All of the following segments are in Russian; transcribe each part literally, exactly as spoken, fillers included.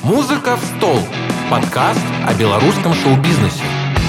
«Музыка в стол» – подкаст о белорусском шоу-бизнесе.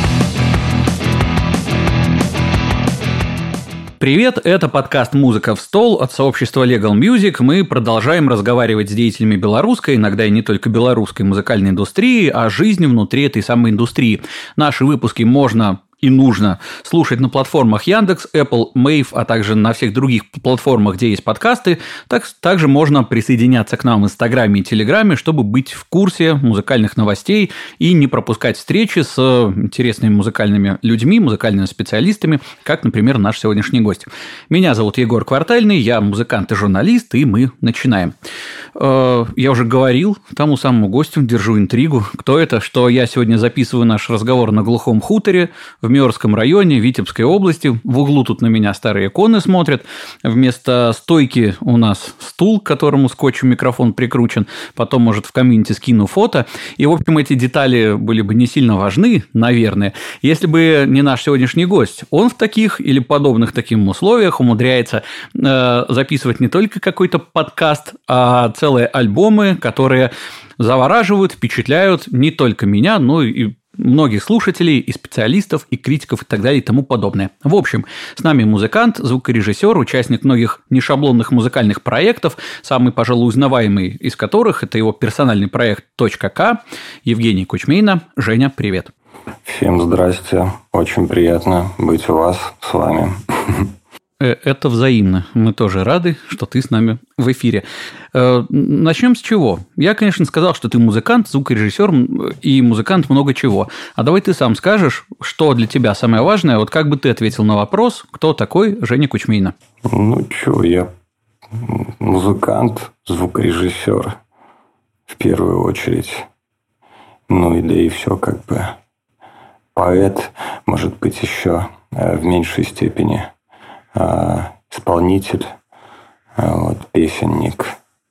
Привет, это подкаст «Музыка в стол» от сообщества Legal Music. Мы продолжаем разговаривать с деятелями белорусской, иногда и не только белорусской музыкальной индустрии, о жизни внутри этой самой индустрии. Наши выпуски можно и нужно слушать на платформах Яндекс, Apple, Mave, а также на всех других платформах, где есть подкасты. Так, также можно присоединяться к нам в Инстаграме и Телеграме, чтобы быть в курсе музыкальных новостей и не пропускать встречи с интересными музыкальными людьми, музыкальными специалистами, как, например, наш сегодняшний гость. Меня зовут Егор Квартальный, я музыкант и журналист, и мы начинаем. Я уже говорил тому самому гостю, держу интригу, кто это, что я сегодня записываю наш разговор на глухом хуторе в Мёрском районе Витебской области. В углу тут на меня старые иконы смотрят. Вместо стойки у нас стул, к которому скотчем микрофон прикручен. Потом, может, в комьюнити скину фото. И, в общем, эти детали были бы не сильно важны, наверное, если бы не наш сегодняшний гость. Он в таких или подобных таким условиях умудряется э, записывать не только какой-то подкаст, а целые альбомы, которые завораживают, впечатляют не только меня, но и многих слушателей, и специалистов, и критиков, и так далее, и тому подобное. В общем, с нами музыкант, звукорежиссер, участник многих нешаблонных музыкальных проектов, самый, пожалуй, узнаваемый из которых – это его персональный проект «Точка К», Евгений Кучмейна. Женя, привет. Всем здрасте. Очень приятно быть у вас, с вами. Это взаимно. Мы тоже рады, что ты с нами в эфире. Начнем с чего? Я, конечно, сказал, что ты музыкант, звукорежиссер и музыкант много чего. А давай ты сам скажешь, что для тебя самое важное. Вот как бы ты ответил на вопрос, кто такой Женя Кучмейна? Ну, что, я музыкант, звукорежиссер в первую очередь. Ну, и да и все как бы. Поэт, может быть, еще в меньшей степени. Исполнитель, вот, песенник,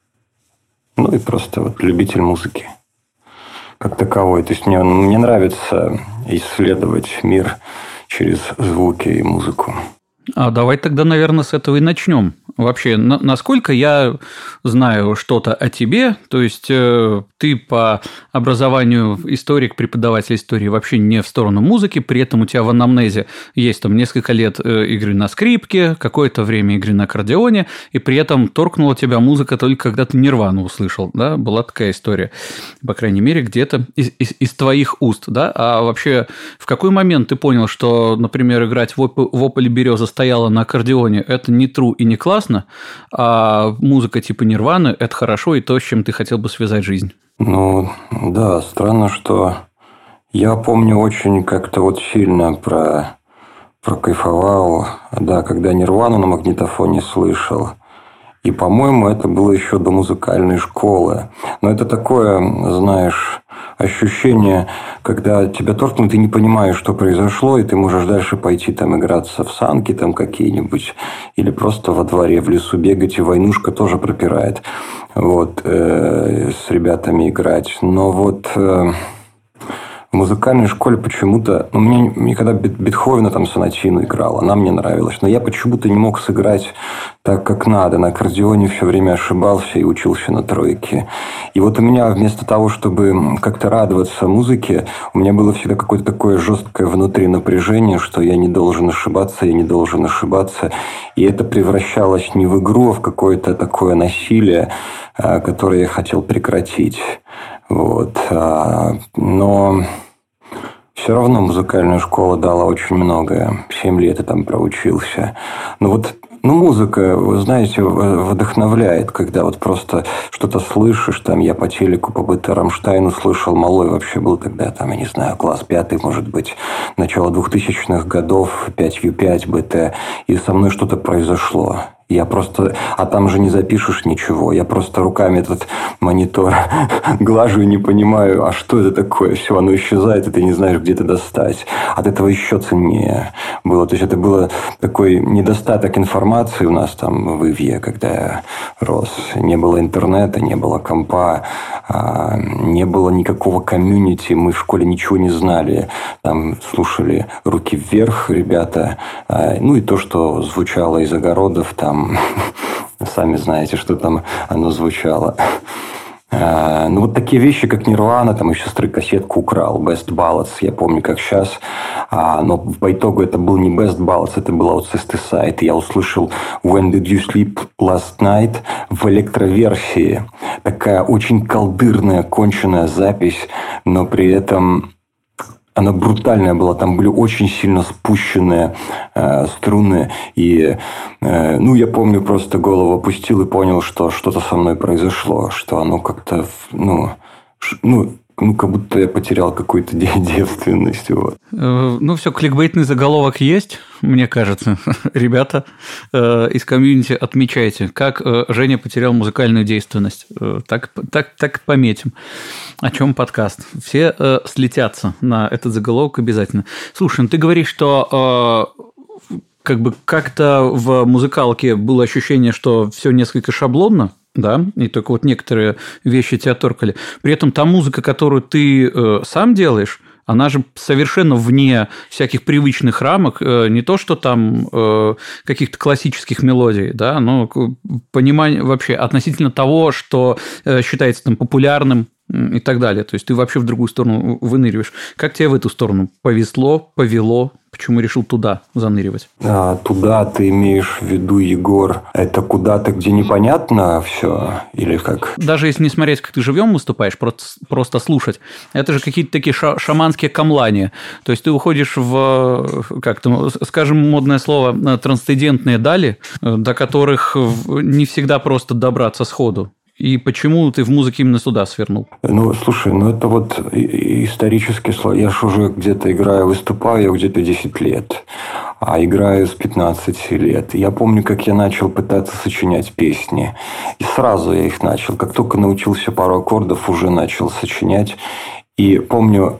ну и просто вот любитель музыки как таковой. То есть мне, мне нравится исследовать мир через звуки и музыку. А давай тогда, наверное, с этого и начнем. Вообще, на, насколько я знаю что-то о тебе, то есть э, ты по образованию историк, преподаватель истории вообще не в сторону музыки, при этом у тебя в анамнезе есть там несколько лет э, игры на скрипке, какое-то время игры на аккордеоне, и при этом торкнула тебя музыка только когда ты Нирвану услышал, да, была такая история, по крайней мере, где-то из, из, из твоих уст, да, а вообще в какой момент ты понял, что, например, играть в «Вопль береза» стояла на аккордеоне, это не true и не классно, а музыка типа Нирваны – это хорошо и то, с чем ты хотел бы связать жизнь? Ну, да, странно, что я помню очень как-то вот сильно про, прокайфовал, да, когда Нирвану на магнитофоне слышал. И, по-моему, это было еще до музыкальной школы. Но это такое, знаешь, ощущение, когда тебя торкнут, ты не понимаешь, что произошло, и ты можешь дальше пойти там играться в санки там какие-нибудь, или просто во дворе в лесу бегать, и войнушка тоже пропирает. Вот, э, с ребятами играть. Но вот... Э, В музыкальной школе почему-то... Ну, мне, мне когда Бетховена там сонатину играл, она мне нравилась. Но я почему-то не мог сыграть так, как надо. На аккордеоне все время ошибался и учился на тройке. И вот у меня вместо того, чтобы как-то радоваться музыке, у меня было всегда какое-то такое жесткое внутри напряжение, что я не должен ошибаться, я не должен ошибаться. И это превращалось не в игру, а в какое-то такое насилие, которое я хотел прекратить. Вот. Но все равно музыкальная школа дала очень многое. Семь лет я там проучился. Но вот ну, музыка, вы знаете, вдохновляет, когда вот просто что-то слышишь. Там я по телеку по бэ тэ Рамштайну слышал, малой вообще был тогда, там, я не знаю, класс пятый, может быть, начало двухтысячных годов, пять ю пять бэ тэ, и со мной что-то произошло. Я просто... А там же не запишешь ничего. Я просто руками этот монитор глажу и не понимаю, а что это такое? Все, оно исчезает, и ты не знаешь, где это достать. От этого еще ценнее было. То есть, это был такой недостаток информации у нас там в Ивье, когда я рос. Не было интернета, не было компа, не было никакого комьюнити. Мы в школе ничего не знали. Там слушали «Руки вверх» ребята. Ну, и то, что звучало из огородов, там... Сами знаете, что там оно звучало. Ну, вот такие вещи, как Нирвана, там еще сестры кассетку украл, Best Ballads, я помню, как сейчас. Но по итогу это был не Best Ballads, это был Outside. Я услышал When Did You Sleep Last Night в электроверсии. Такая очень колдырная, конченая запись, но при этом... Она брутальная была, там были очень сильно спущенные э, струны. И, э, ну, я помню, просто голову опустил и понял, что что-то со мной произошло. Что оно как-то, ну, ш, ну, ну, как будто я потерял какую-то девственность. Вот. Ну, все, кликбейтный заголовок есть, мне кажется. Ребята э, из комьюнити, отмечайте, как э, Женя потерял музыкальную действенность. Э, так, так, так пометим. О чем подкаст? Все э, слетятся на этот заголовок обязательно. Слушай, ну ты говоришь, что э, как бы как-то в музыкалке было ощущение, что все несколько шаблонно, да, и только вот некоторые вещи тебя торкали. При этом та музыка, которую ты э, сам делаешь, она же совершенно вне всяких привычных рамок, не то что там э, каких-то классических мелодий, да, но понимание вообще относительно того, что э, считается там популярным и так далее. То есть ты вообще в другую сторону выныриваешь. Как тебе в эту сторону повезло, повело? Почему решил туда заныривать? А, туда ты имеешь в виду, Егор, это куда-то, где непонятно все? Или как? Даже если не смотреть, как ты живьем выступаешь, просто, просто слушать, это же какие-то такие ша- шаманские камлания. То есть ты уходишь в, как там, скажем, модное слово, трансцендентные дали, до которых не всегда просто добраться сходу. И почему ты в музыке именно сюда свернул? Ну, слушай, ну это вот исторически... Я же уже где-то играю, выступаю, я где-то десять лет. А играю с пятнадцати лет. Я помню, как я начал пытаться сочинять песни. И сразу я их начал. Как только научился пару аккордов, уже начал сочинять. И помню...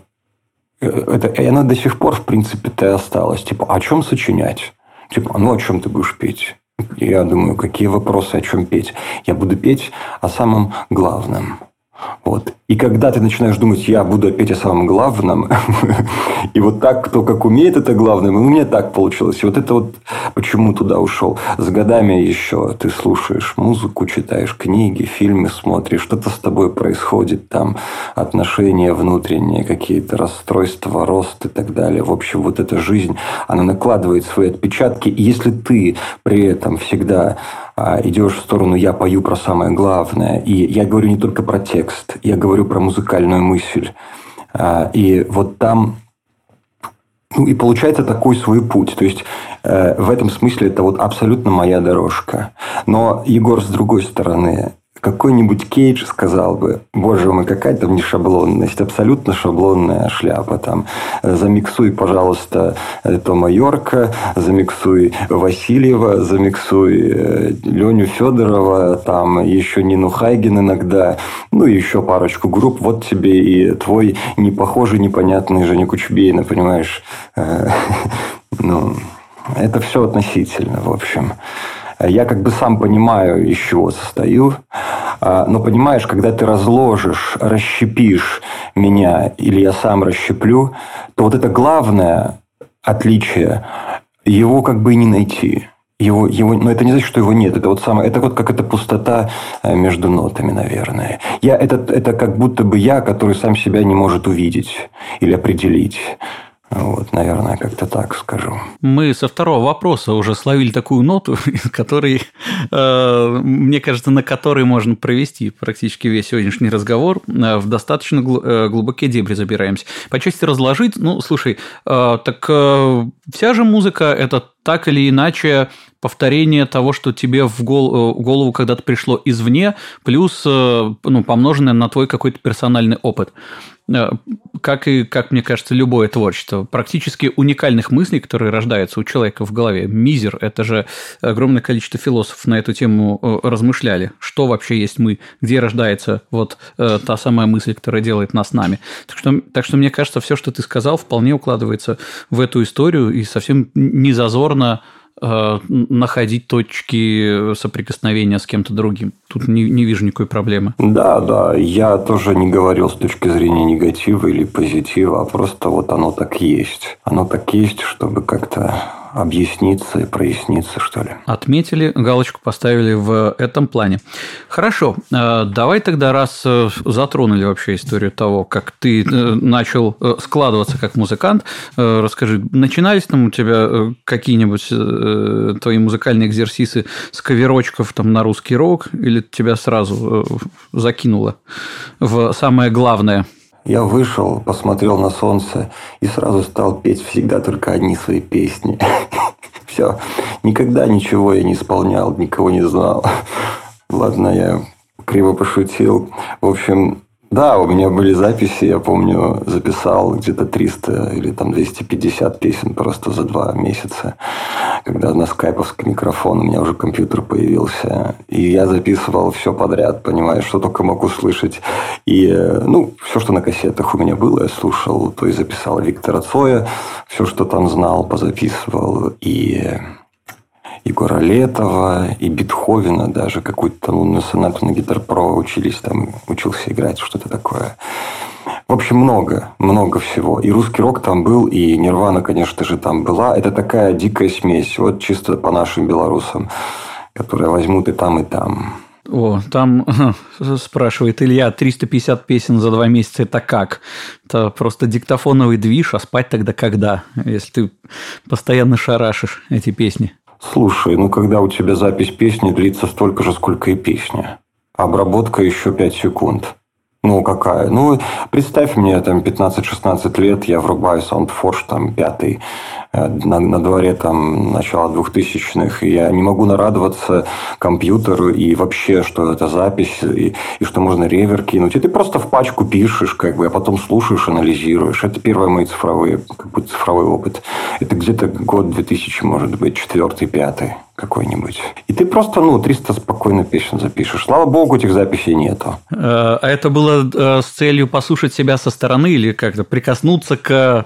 Это, и она до сих пор, в принципе-то, и осталась. Типа, о чем сочинять? Типа, ну, о чем ты будешь петь? Я думаю, какие вопросы, о чем петь? Я буду петь о самом главном. Вот. И когда ты начинаешь думать, я буду петь о самом главном, и вот так, кто как умеет это главное, у меня так получилось. И вот это вот почему туда ушел. С годами еще ты слушаешь музыку, читаешь книги, фильмы смотришь, что-то с тобой происходит, там отношения внутренние, какие-то расстройства, рост и так далее. В общем, вот эта жизнь, она накладывает свои отпечатки. И если ты при этом всегда идешь в сторону «я пою про самое главное», и я говорю не только про текст, я говорю про музыкальную мысль. И вот там... Ну, и получается такой свой путь. То есть, э, в этом смысле это вот абсолютно моя дорожка. Но, Егор, с другой стороны... Какой-нибудь Кейдж сказал бы, боже мой, какая там не шаблонность, абсолютно шаблонная шляпа. Там, замиксуй, пожалуйста, Тома Йорка, замиксуй Васильева, замиксуй Леню Федорова, там еще Нину Хайген иногда, ну и еще парочку групп. Вот тебе и твой непохожий, непонятный Женя Кучубейна, понимаешь? Ну, это все относительно, в общем. Я как бы сам понимаю, из чего состою, но понимаешь, когда ты разложишь, расщепишь меня, или я сам расщеплю, то вот это главное отличие, его как бы и не найти. Его, его, но это не значит, что его нет. Это вот самое, это вот как эта пустота между нотами, наверное. Я, это, это как будто бы я, который сам себя не может увидеть или определить. Вот, наверное, как-то так скажу. Мы со второго вопроса уже словили такую ноту, который, э, мне кажется, на которой можно провести практически весь сегодняшний разговор. В достаточно глубокие дебри забираемся. По части разложить, ну, слушай, э, так э, вся же музыка – это так или иначе повторение того, что тебе в голову когда-то пришло извне, плюс ну, помноженное на твой какой-то персональный опыт. Как и, как мне кажется, любое творчество. Практически уникальных мыслей, которые рождаются у человека в голове. Мизер – это же огромное количество философов на эту тему размышляли. Что вообще есть мы? Где рождается вот та самая мысль, которая делает нас нами? Так что, так что мне кажется, все, что ты сказал, вполне укладывается в эту историю и совсем не зазорно находить точки соприкосновения с кем-то другим. Тут не, не вижу никакой проблемы. Да, да. Я тоже не говорил с точки зрения негатива или позитива, а просто вот оно так есть. Оно так есть, чтобы как-то объясниться и проясниться, что ли. Отметили, галочку поставили в этом плане. Хорошо, давай тогда, раз затронули вообще историю того, как ты начал складываться как музыкант, расскажи, начинались там у тебя какие-нибудь твои музыкальные экзерсисы с каверочков там, на русский рок, или тебя сразу закинуло в самое главное? Я вышел, посмотрел на солнце и сразу стал петь всегда только одни свои песни. Все. Никогда ничего я не исполнял, никого не знал. Ладно, я криво пошутил. В общем, да, у меня были записи, я помню, записал где-то триста или там двести пятьдесят песен просто за два месяца, когда на скайповский микрофон у меня уже компьютер появился. И я записывал все подряд, понимаешь, что только мог услышать. И, ну, все, что на кассетах у меня было, я слушал. То есть, записал Виктора Цоя, все, что там знал, позаписывал. И Егора Летова, и Бетховена даже, какую-то лунную сонату на гитар-про учились, там учился играть, что-то такое. В общем, много, много всего. И русский рок там был, и Нирвана, конечно же, там была. Это такая дикая смесь, вот чисто по нашим белорусам, которые возьмут и там, и там. О, там спрашивает Илья, триста пятьдесят песен за два месяца – это как? Это просто диктофоновый движ, а спать тогда когда, если ты постоянно шарашишь эти песни? Слушай, ну когда у тебя запись песни длится столько же, сколько и песня. Обработка еще пять секунд. Ну, какая? Ну, представь мне, там, пятнадцать-шестнадцать лет, я врубаю SoundForge, там, пятый, на, на дворе, там, начала двухтысячных, и я не могу нарадоваться компьютеру и вообще, что это запись, и, и что можно ревер кинуть. И ты просто в пачку пишешь, как бы, а потом слушаешь, анализируешь. Это первый мой цифровой, как бы, цифровой опыт. Это где-то год две тысячи, может быть, четвертый, пятый какой-нибудь. И ты просто, ну, триста спокойно песен запишешь. Слава богу, этих записей нету. А это было с целью послушать себя со стороны или как-то прикоснуться к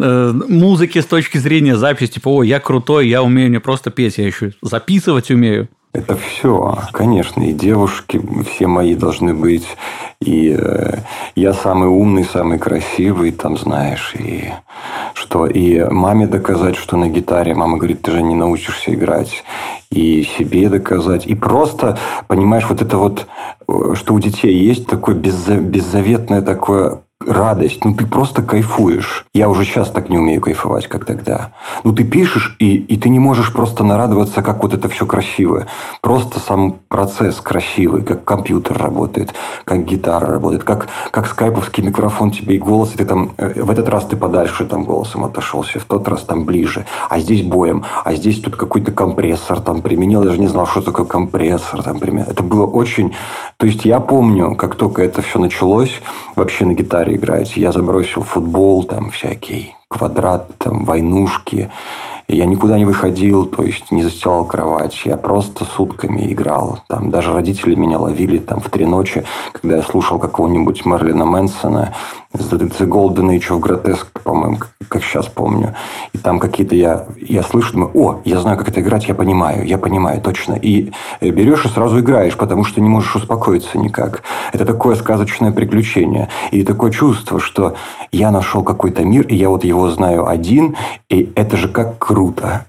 музыке с точки зрения записи? Типа, о, я крутой, я умею не просто петь, я еще записывать умею. Это все, конечно, и девушки все мои должны быть, и э, я самый умный, самый красивый, там, знаешь, и что, и маме доказать, что на гитаре, мама говорит, ты же не научишься играть, и себе доказать, и просто, понимаешь, вот это вот, что у детей есть такое беззаветное такое радость, ну ты просто кайфуешь. Я уже сейчас так не умею кайфовать, как тогда. Ну ты пишешь, и, и ты не можешь просто нарадоваться, как вот это все красиво. Просто сам процесс красивый, как компьютер работает, как гитара работает, как, как скайповский микрофон тебе и голос, и ты там, в этот раз ты подальше там голосом отошелся, в тот раз там ближе, а здесь боем, а здесь тут какой-то компрессор там применил, я даже не знал, что такое компрессор там применил. Это было очень... То есть я помню, как только это все началось, вообще на гитаре играть, я забросил футбол, там всякий квадрат, там войнушки. Я никуда не выходил, то есть не застилал кровать. Я просто сутками играл. Там даже родители меня ловили там в три ночи, когда я слушал какого-нибудь Мерлина Мэнсона, The Golden Age of Grotesque, по-моему, как сейчас помню. И там какие-то я, я слышу, думаю, о, я знаю, как это играть, я понимаю, я понимаю точно. И берешь и сразу играешь, потому что не можешь успокоиться никак. Это такое сказочное приключение. И такое чувство, что я нашел какой-то мир, и я вот его знаю один, и это же как круто.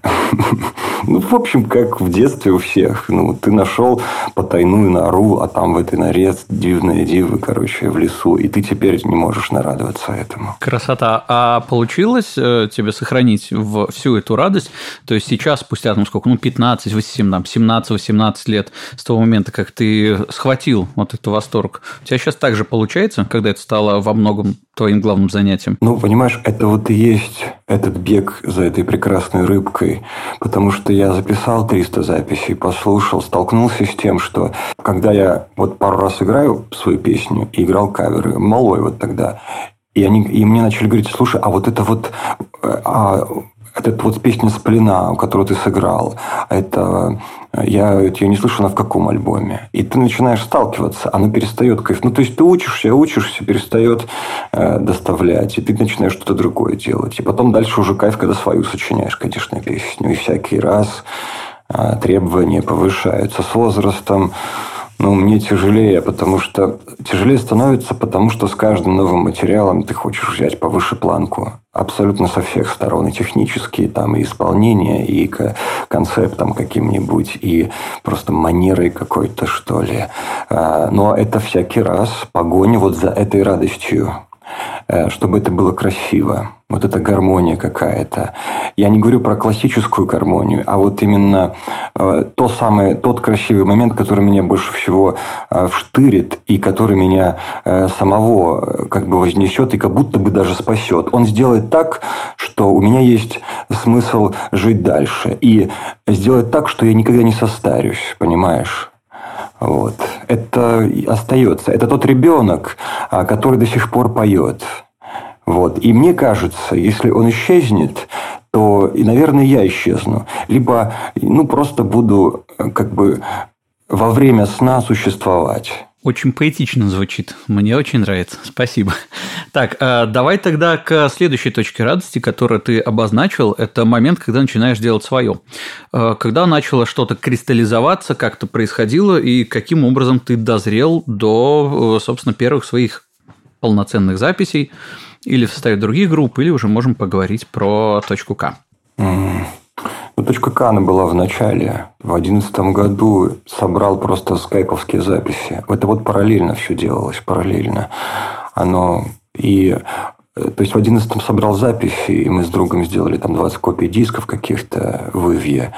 Ну, в общем, как в детстве у всех. Ну, ты нашел потайную нору, а там в этой норе дивные дивы, короче, в лесу, и ты теперь не можешь нарадоваться этому. Красота. А получилось тебе сохранить всю эту радость? То есть сейчас, спустя там сколько, ну, пятнадцать, семнадцать-восемнадцать лет с того момента, как ты схватил вот этот восторг, у тебя сейчас так же получается, когда это стало во многом твоим главным занятием? Ну, понимаешь, это вот и есть этот бег за этой прекрасной рыбкой, потому что я записал триста записей, послушал, столкнулся с тем, что когда я вот пару раз играю свою песню и играл каверы, малой вот тогда, и, они, и мне начали говорить, слушай, а вот это вот... А, это вот песня «Сплина», которую ты сыграл, это я ее не слышу, она в каком альбоме. И ты начинаешь сталкиваться, она перестает кайф. Ну, то есть, ты учишься, учишься, перестает э, доставлять, и ты начинаешь что-то другое делать. И потом дальше уже кайф, когда свою сочиняешь, конечно, песню. И всякий раз э, требования повышаются с возрастом. Ну, мне тяжелее, потому что тяжелее становится, потому что с каждым новым материалом ты хочешь взять повыше планку. Абсолютно со всех сторон. И технические, там, и исполнение, и концептом каким-нибудь, и просто манерой какой-то, что ли. Но это всякий раз погоня вот за этой радостью, чтобы это было красиво. Вот эта гармония какая-то. Я не говорю про классическую гармонию, а вот именно э, то самое, тот красивый момент, который меня больше всего э, вштырит и который меня э, самого э, как бы вознесет и как будто бы даже спасет. Он сделает так, что у меня есть смысл жить дальше. И сделает так, что я никогда не состарюсь, понимаешь? Вот. Это остается. Это тот ребенок, который до сих пор поет. Вот. И мне кажется, если он исчезнет, то, и, наверное, я исчезну. Либо ну, просто буду как бы во время сна существовать. Очень поэтично звучит. Мне очень нравится. Спасибо. Так, давай тогда к следующей точке радости, которую ты обозначил. Это момент, когда начинаешь делать свое. Когда начало что-то кристаллизоваться, как-то происходило, и каким образом ты дозрел до, собственно, первых своих полноценных записей, или в составе других групп, или уже можем поговорить про точку К. Mm. Ну, точка К, она была в начале. В две тысячи одиннадцатом году собрал просто скайповские записи. Это вот параллельно все делалось, параллельно. Оно и... То есть, в две тысячи одиннадцатом собрал записи, и мы с другом сделали там двадцать копий дисков каких-то в Ивье.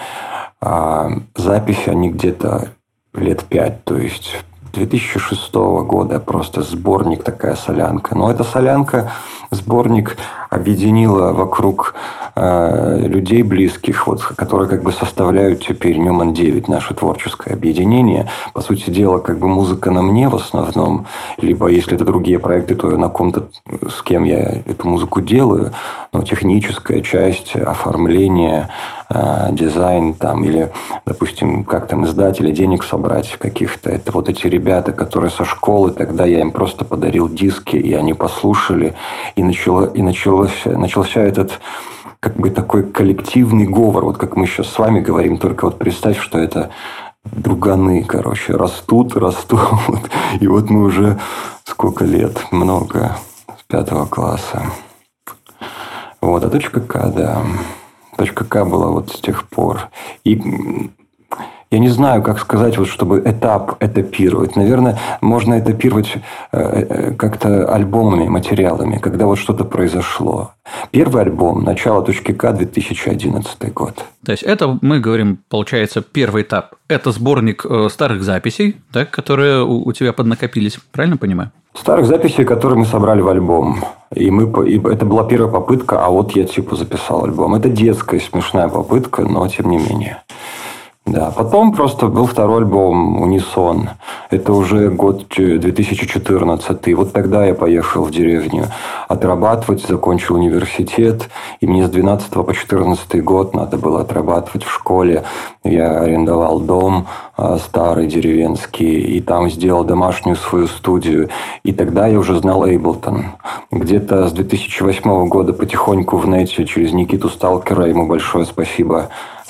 А записи, они где-то лет пять, то есть... две тысячи шестого года просто сборник, такая солянка. Но эта солянка, сборник объединила вокруг э, людей близких, вот, которые как бы составляют теперь Ньюман девять, наше творческое объединение. По сути дела, как бы музыка на мне в основном, либо если это другие проекты, то на ком-то, с кем я эту музыку делаю, но техническая часть, оформление, э, дизайн там, или, допустим, как там издатели денег собрать каких-то, это вот эти ребята, которые со школы, тогда я им просто подарил диски, и они послушали, и, начало, и началось, начался этот как бы такой коллективный говор, вот как мы сейчас с вами говорим, только вот представь, что это друганы, короче, растут, растут, и вот мы уже сколько лет, много, с пятого класса. Вот, а точка К, да, точка К была вот с тех пор. И я не знаю, как сказать, вот, чтобы этап этапировать. Наверное, можно этапировать как-то альбомами, материалами, когда вот что-то произошло. Первый альбом, начало точки К, две тысячи одиннадцатый год. То есть, это мы говорим, получается, первый этап. Это сборник старых записей, да, которые у тебя поднакопились, правильно понимаю? Старых записей, которые мы собрали в альбом. И, мы, и это была первая попытка, а вот я типа записал альбом. Это детская смешная попытка, но тем не менее. Да, потом просто был второй альбом «Унисон». Это уже год две тысячи четырнадцатый. Вот тогда я поехал в деревню отрабатывать, закончил университет. И мне с двенадцатого по четырнадцатый год надо было отрабатывать в школе. Я арендовал дом старый, деревенский. И там сделал домашнюю свою студию. И тогда я уже знал Эйблтон. Где-то с две тысячи восьмого года потихоньку в нете через Никиту Сталкера, ему большое спасибо,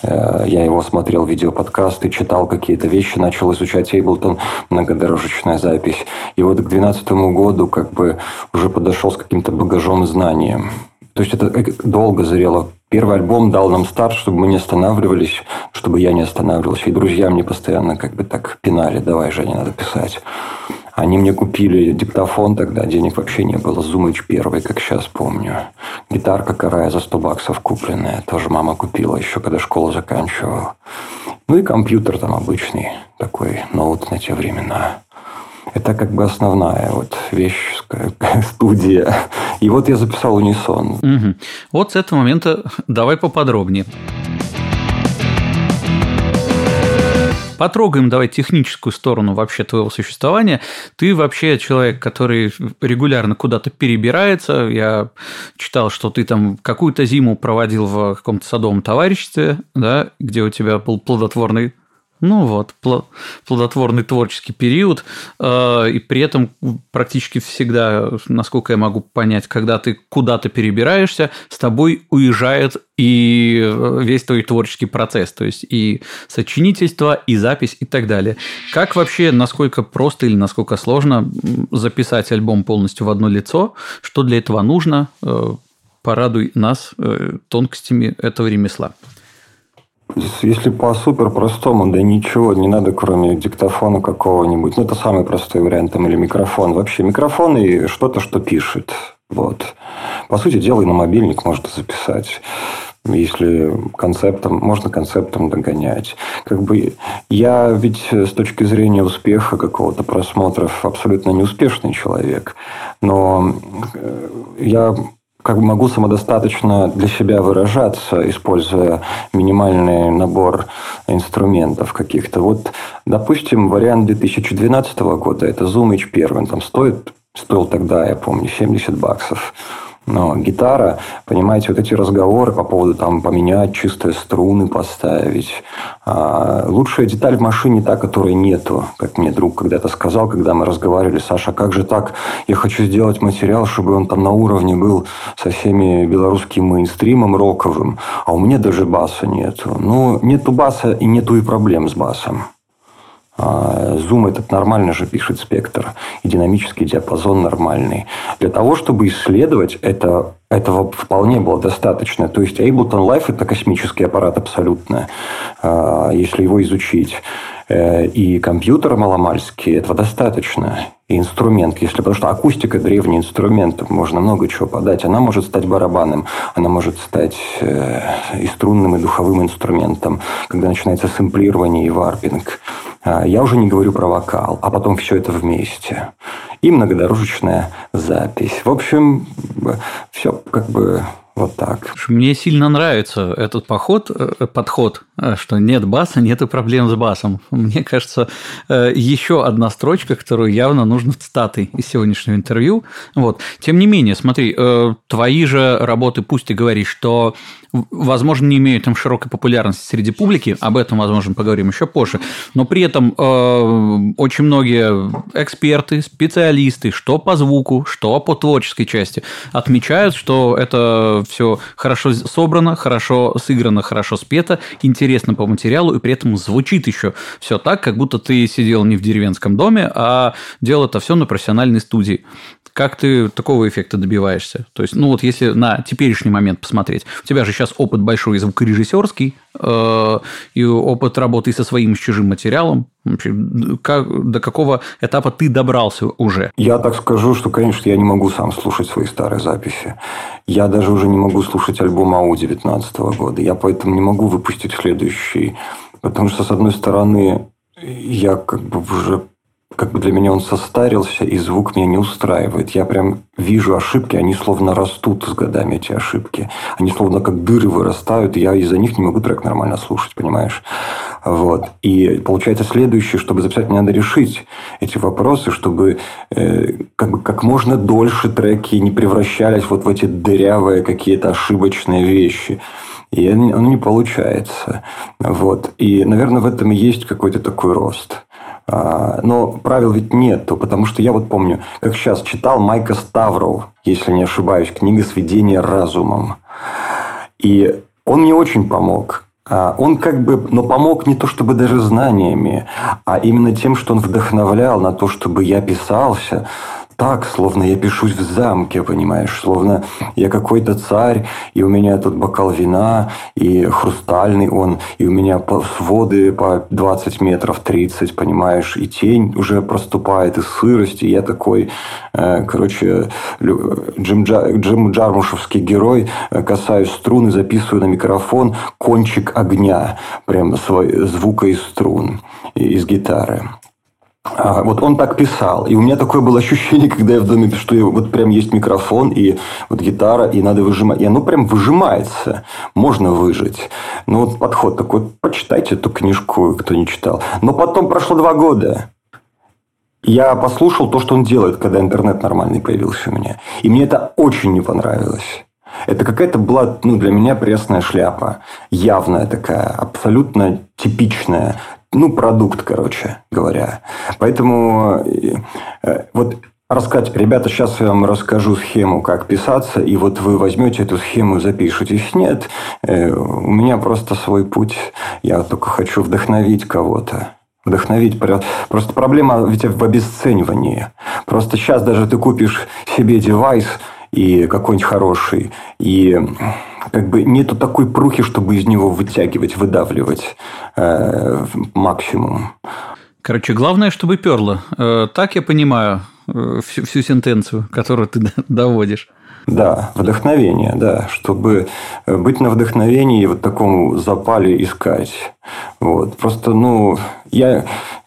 я его смотрел видеоподкасты, читал какие-то вещи, начал изучать Эйблтон, многодорожечная запись. И вот к две тысячи двенадцатому году как бы уже подошел с каким-то багажом и знанием. То есть, это долго зрело. Первый альбом дал нам старт, чтобы мы не останавливались, чтобы я не останавливался. И друзья мне постоянно как бы так пинали: давай, Женя, надо писать. Они мне купили диктофон тогда, денег вообще не было. Зумыч первый, как сейчас помню. Гитарка карая за сто баксов купленная. Тоже мама купила еще, когда школу заканчивал. Ну и компьютер там обычный, такой ноут на те времена. Это как бы основная вот вещь, студия. И вот я записал «Унисон». Угу. Вот с этого момента давай поподробнее. Потрогаем давай техническую сторону вообще твоего существования. Ты вообще человек, который регулярно куда-то перебирается. Я читал, что ты там какую-то зиму проводил в каком-то садовом товариществе, да, где у тебя был плодотворный Ну вот, плодотворный творческий период, и при этом практически всегда, насколько я могу понять, когда ты куда-то перебираешься, с тобой уезжает и весь твой творческий процесс, то есть и сочинительство, и запись, и так далее. Как вообще, насколько просто или насколько сложно записать альбом полностью в одно лицо? Что для этого нужно? Порадуй нас тонкостями этого ремесла. Если по супер простому, да ничего не надо, кроме диктофона какого-нибудь. Ну, это самый простой вариант, там, или микрофон. Вообще микрофон и что-то, что пишет. Вот. По сути дела, и на мобильник можно записать. Если концептом, можно концептом догонять. Как бы я ведь с точки зрения успеха какого-то просмотров абсолютно неуспешный человек. Но я... как бы могу самодостаточно для себя выражаться, используя минимальный набор инструментов каких-то. Вот, допустим, вариант две тысячи двенадцатого года, это Zoom эйч один, там стоит, стоил тогда, я помню, семьдесят баксов. Но гитара, понимаете, вот эти разговоры по поводу там поменять чистые струны, поставить. А лучшая деталь в машине та, которой нету. Как мне друг когда-то сказал, когда мы разговаривали: Саша, как же так? Я хочу сделать материал, чтобы он там на уровне был со всеми белорусским мейнстримом роковым, а у меня даже баса нету. Ну, нету баса и нету и проблем с басом. Zoom этот нормально же пишет спектр, и динамический диапазон нормальный. Для того, чтобы исследовать, это, этого вполне было достаточно. То есть Ableton Live – это космический аппарат абсолютно, если его изучить. И компьютер маломальский – этого достаточно. И инструмент, если, потому что акустика – древний инструмент, можно много чего подать. Она может стать барабаном, она может стать и струнным, и духовым инструментом, когда начинается сэмплирование и варпинг. Я уже не говорю про вокал, а потом все это вместе. И многодорожечная запись. В общем, все как бы вот так. Мне сильно нравится этот поход, подход, что нет баса, нет и проблем с басом. Мне кажется, еще одна строчка, которую явно нужно цитатой из сегодняшнего интервью. Вот. Тем не менее, смотри, твои же работы, пусть ты говоришь, что, возможно, не имеют там широкой популярности среди публики, об этом, возможно, поговорим еще позже, но при этом э, очень многие эксперты, специалисты, что по звуку, что по творческой части, отмечают, что это все хорошо собрано, хорошо сыграно, хорошо спето, интересно по материалу, и при этом звучит еще все так, как будто ты сидел не в деревенском доме, а делал это все на профессиональной студии. Как ты такого эффекта добиваешься? То есть, ну вот если на теперешний момент посмотреть, у тебя же сейчас опыт большой звукорежиссерский, э, и опыт работы со своим и с чужим материалом. Вообще, как, до какого этапа ты добрался уже? Я так скажу, что, конечно, я не могу сам слушать свои старые записи. Я даже уже не могу слушать альбом АУ девятнадцатого года. Я поэтому не могу выпустить следующий. Потому что, с одной стороны, я как бы уже... как бы для меня он состарился, и звук меня не устраивает. Я прям вижу ошибки, они словно растут с годами, эти ошибки. Они словно как дыры вырастают, и я из-за них не могу трек нормально слушать, понимаешь? Вот. И получается следующее, чтобы записать, мне надо решить эти вопросы, чтобы э, как бы как можно дольше треки не превращались вот в эти дырявые какие-то ошибочные вещи. И оно не получается. Вот. И, наверное, в этом и есть какой-то такой рост. Но правил ведь нету, потому что я вот помню, как сейчас читал Майка Ставроу, если не ошибаюсь, книга «Сведение разумом». И он мне очень помог. Он как бы, но помог не то чтобы даже знаниями, а именно тем, что он вдохновлял на то, чтобы я писался так, словно я пишусь в замке, понимаешь, словно я какой-то царь, и у меня тут бокал вина, и хрустальный он, и у меня своды по двадцать метров, тридцать, понимаешь, и тень уже проступает, и сырость, и я такой, э, короче, Джим, Джа, Джим Джармушевский герой, касаюсь струны, записываю на микрофон кончик огня, прям свой, звука из струн, из гитары. Вот он так писал. И у меня такое было ощущение, когда я в доме, что вот прям есть микрофон и вот гитара, и надо выжимать. И оно прям выжимается. Можно выжать. Ну, вот подход такой. Почитайте эту книжку, кто не читал. Но потом прошло два года. Я послушал то, что он делает, когда интернет нормальный появился у меня. И мне это очень не понравилось. Это какая-то была, ну, для меня пресная шляпа. Явная такая, абсолютно типичная. ну, продукт, короче говоря. Поэтому вот рассказать, ребята, сейчас я вам расскажу схему, как писаться, и вот вы возьмете эту схему и запишетесь. Нет, у меня просто свой путь. Я только хочу вдохновить кого-то. Вдохновить. Просто проблема ведь в обесценивании. Просто сейчас даже ты купишь себе девайс и какой-нибудь хороший, и как бы нету такой прухи, чтобы из него вытягивать, выдавливать э, максимум. Короче, главное, чтобы перло. Э, так я понимаю э, всю, всю сентенцию, которую ты доводишь. Да, вдохновение, да, чтобы быть на вдохновении и вот такому запале искать. Вот. Просто, ну, я,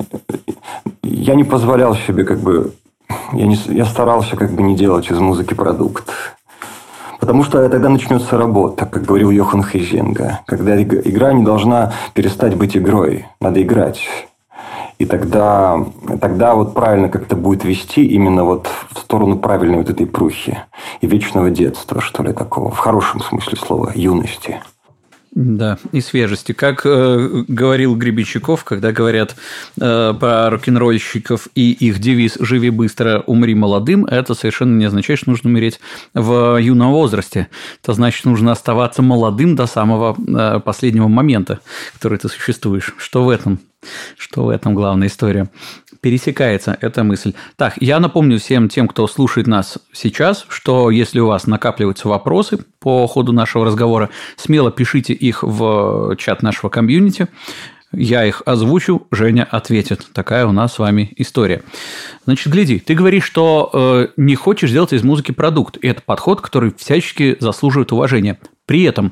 я не позволял себе как бы, я, не, я старался как бы не делать из музыки продукт. Потому что тогда начнется работа, как говорил Йохан Хейзинга. Когда игра не должна перестать быть игрой, надо играть. И тогда, тогда вот правильно как-то будет вести именно вот в сторону правильной вот этой прухи и вечного детства, что ли, такого, в хорошем смысле слова, юности. Да, и свежести. Как э, говорил Гребенщиков, когда говорят э, про рок-н-ролльщиков и их девиз «Живи быстро, умри молодым», это совершенно не означает, что нужно умереть в юном возрасте. Это значит, нужно оставаться молодым до самого э, последнего момента, который ты существуешь. Что в этом? Что в этом главная история? Пересекается эта мысль. Так, я напомню всем тем, кто слушает нас сейчас, что если у вас накапливаются вопросы по ходу нашего разговора, смело пишите их в чат нашего комьюнити. Я их озвучу, Женя ответит. Такая у нас с вами история. Значит, гляди, ты говоришь, что э, не хочешь делать из музыки продукт. И это подход, который всячески заслуживает уважения. При этом...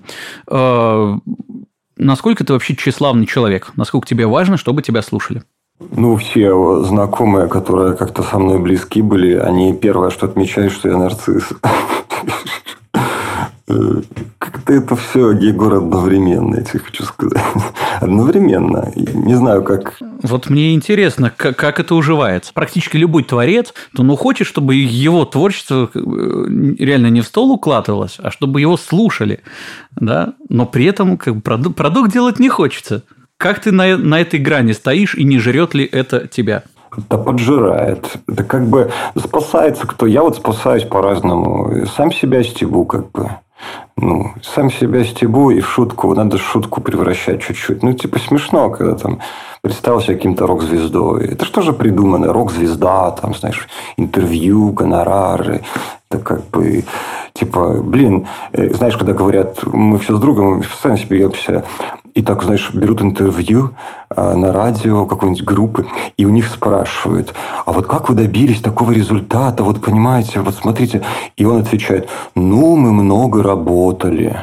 Э, Насколько ты вообще тщеславный человек? Насколько тебе важно, чтобы тебя слушали? Ну, все знакомые, которые как-то со мной близки были, они первое, что отмечают, что я нарцисс. Как-то это все, Егор, одновременно, я тебе хочу сказать. Одновременно. Не знаю, как... Вот мне интересно, как, как это уживается. Практически любой творец, то ну хочет, чтобы его творчество реально не в стол укладывалось, а чтобы его слушали. Да? Но при этом как бы, продукт, продукт делать не хочется. Как ты на, на этой грани стоишь, и не жрет ли это тебя? Да поджирает. Да как бы спасается кто? Я вот спасаюсь по-разному. Сам себя стебу как бы. Ну, сам себя стебу и в шутку. Надо шутку превращать чуть-чуть. Ну, типа смешно, когда там представился каким-то рок-звездой. Это что же придумано? Рок-звезда, там, знаешь, интервью, гонорары. Это как бы... Типа, блин, знаешь, когда говорят, мы все с другом, мы постоянно смеемся. И так, знаешь, берут интервью на радио какой-нибудь группы, и у них спрашивают, а вот как вы добились такого результата? Вот понимаете, вот смотрите. И он отвечает, ну, мы много работали.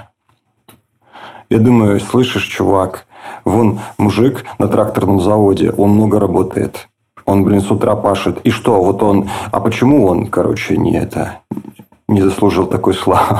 Я думаю, слышишь, чувак, вон мужик на тракторном заводе, он много работает. Он, блин, с утра пашет. И что, вот он... А почему он, короче, не это... не заслужил такой славы?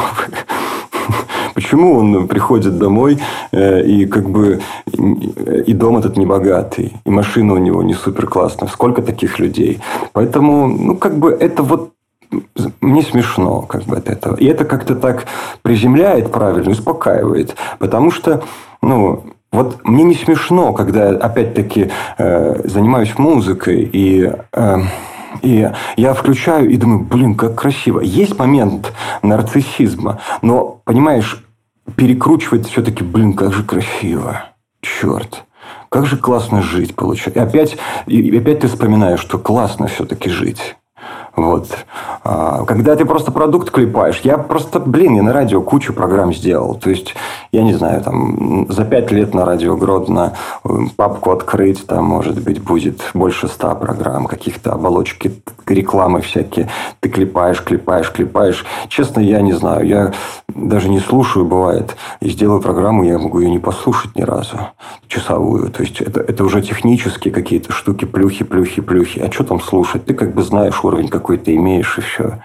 Почему он приходит домой и как бы и дом этот не богатый, и машина у него не супер классная? Сколько таких людей? Поэтому, ну, как бы это вот мне смешно как бы от этого. И это как-то так приземляет правильно, успокаивает. Потому что, ну, вот мне не смешно, когда опять-таки э, занимаюсь музыкой и... Э, И я включаю и думаю, блин, как красиво. Есть момент нарциссизма, но, понимаешь, перекручивать все-таки, блин, как же красиво. Черт. Как же классно жить, получается. И опять, и опять ты вспоминаешь, что классно все-таки жить. Вот. Когда ты просто продукт клепаешь, я просто, блин, я на радио кучу программ сделал. То есть, я не знаю, там, за пять лет на радио Гродно папку открыть, там, может быть, будет больше ста программ, каких-то оболочки, рекламы всякие. Ты клепаешь, клепаешь, клепаешь. Честно, я не знаю. Я даже не слушаю, бывает. И сделаю программу, я могу ее не послушать ни разу. Часовую. То есть, это, это уже технические какие-то штуки, плюхи, плюхи, плюхи. А что там слушать? Ты как бы знаешь уровень, какой ты имеешь, и все.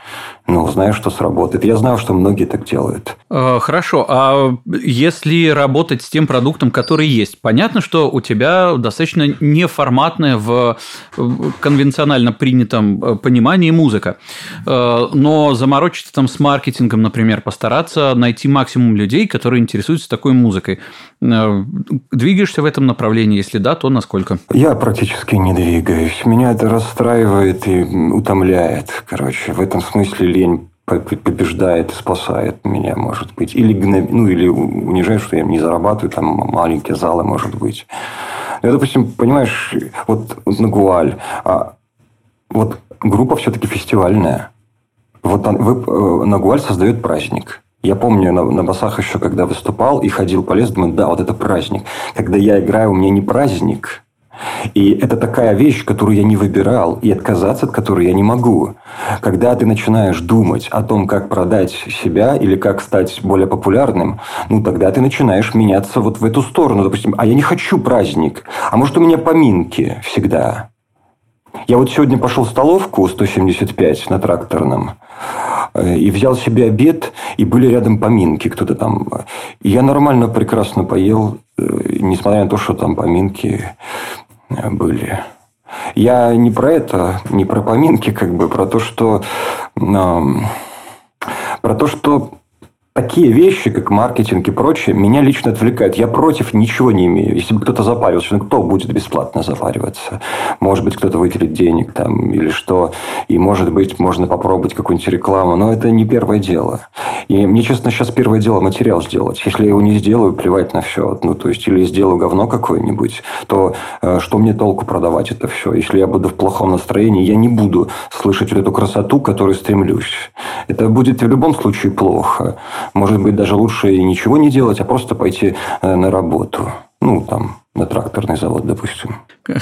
Ну, знаю, что сработает. Я знаю, что многие так делают. Хорошо. А если работать с тем продуктом, который есть, понятно, что у тебя достаточно неформатная в конвенционально принятом понимании музыка. Но заморочиться там с маркетингом, например, постараться найти максимум людей, которые интересуются такой музыкой. Двигаешься в этом направлении? Если да, то насколько? Я практически не двигаюсь. Меня это расстраивает и утомляет. Короче, в этом смысле лень побеждает и спасает меня, может быть. Или, ну, или унижает, что я не зарабатываю, там маленькие залы, может быть. Я, допустим, понимаешь, вот Нагуаль, а вот группа все-таки фестивальная. Вот вы, Нагуаль создает праздник. Я помню на, на басах еще, когда выступал и ходил по лесу, думаю, да, вот это праздник. Когда я играю, у меня не праздник. И это такая вещь, которую я не выбирал, и отказаться от которой я не могу. Когда ты начинаешь думать о том, как продать себя или как стать более популярным, ну, тогда ты начинаешь меняться вот в эту сторону. Допустим, а я не хочу праздник, а может, у меня поминки всегда. Я вот сегодня пошел в столовку сто семьдесят пять на Тракторном и взял себе обед, и были рядом поминки, кто-то там. И я нормально, прекрасно поел, несмотря на то, что там поминки были. Я не про это, не про поминки, как бы, про то, что... Про то, что... Такие вещи, как маркетинг и прочее, меня лично отвлекают. Я против ничего не имею. Если бы кто-то запаривался, ну, кто будет бесплатно запариваться? Может быть, кто-то выделит денег там или что. И, может быть, можно попробовать какую-нибудь рекламу. Но это не первое дело. И мне, честно, сейчас первое дело материал сделать. Если я его не сделаю, плевать на все. Ну, то есть, или я сделаю говно какое-нибудь, то э, что мне толку продавать это все? Если я буду в плохом настроении, я не буду слышать вот эту красоту, к которой стремлюсь. Это будет в любом случае плохо. Может быть, даже лучше и ничего не делать, а просто пойти на работу. Ну, там, на тракторный завод, допустим.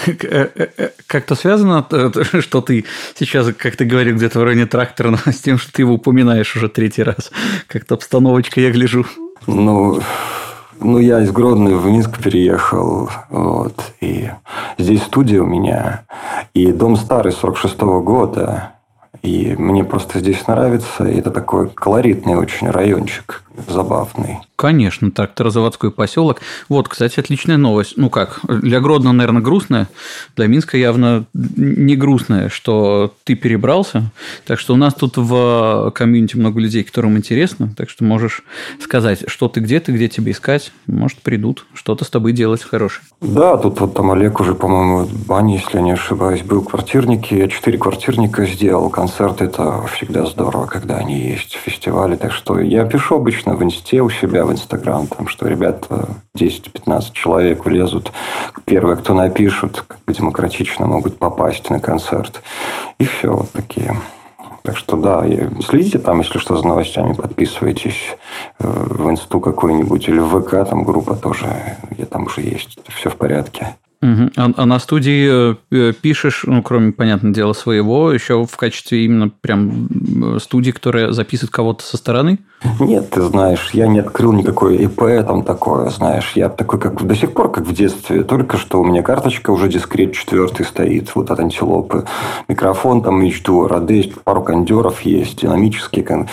Как-то связано, что ты сейчас, как ты говорил, где-то в районе тракторного, с тем, что ты его упоминаешь уже третий раз? Как-то обстановочка, я гляжу. Ну... Ну, я из Гродно в Минск переехал, вот, и здесь студия у меня, и дом старый, сорок шестого года, и мне просто здесь нравится, и это такой колоритный очень райончик, забавный. Конечно, тракторозаводской поселок. Вот, кстати, отличная новость. Ну как, для Гродно, наверное, грустная, для Минска явно не грустная, что ты перебрался. Так что у нас тут в комьюнити много людей, которым интересно. Так что можешь сказать, что ты, где ты, где тебе искать. Может, придут что-то с тобой делать хорошее. Да, тут вот там Олег уже, по-моему, в бане, если я не ошибаюсь, был квартирники. Я четыре квартирника сделал. Концерты – это всегда здорово, когда они есть, фестивали. Так что я пишу обычно в инсте у себя, в Инстаграм, там, что ребята десять-пятнадцать человек влезут. Первые, кто напишут, как бы демократично могут попасть на концерт. И все, вот такие. Так что, да, следите там, если что, за новостями, подписывайтесь в инсту какую-нибудь или в ВК, там группа тоже, где там уже есть, все в порядке. Угу. А, а на студии пишешь, ну, кроме, понятное дело, своего, еще в качестве именно прям студии, которая записывает кого-то со стороны? Нет, ты знаешь, я не открыл никакой ИП там такое, знаешь, я такой, как до сих пор, как в детстве, только что у меня карточка уже дискрет четвертый стоит, вот от Антилопы, микрофон там эйч два ар эй, пару кондеров есть, динамические,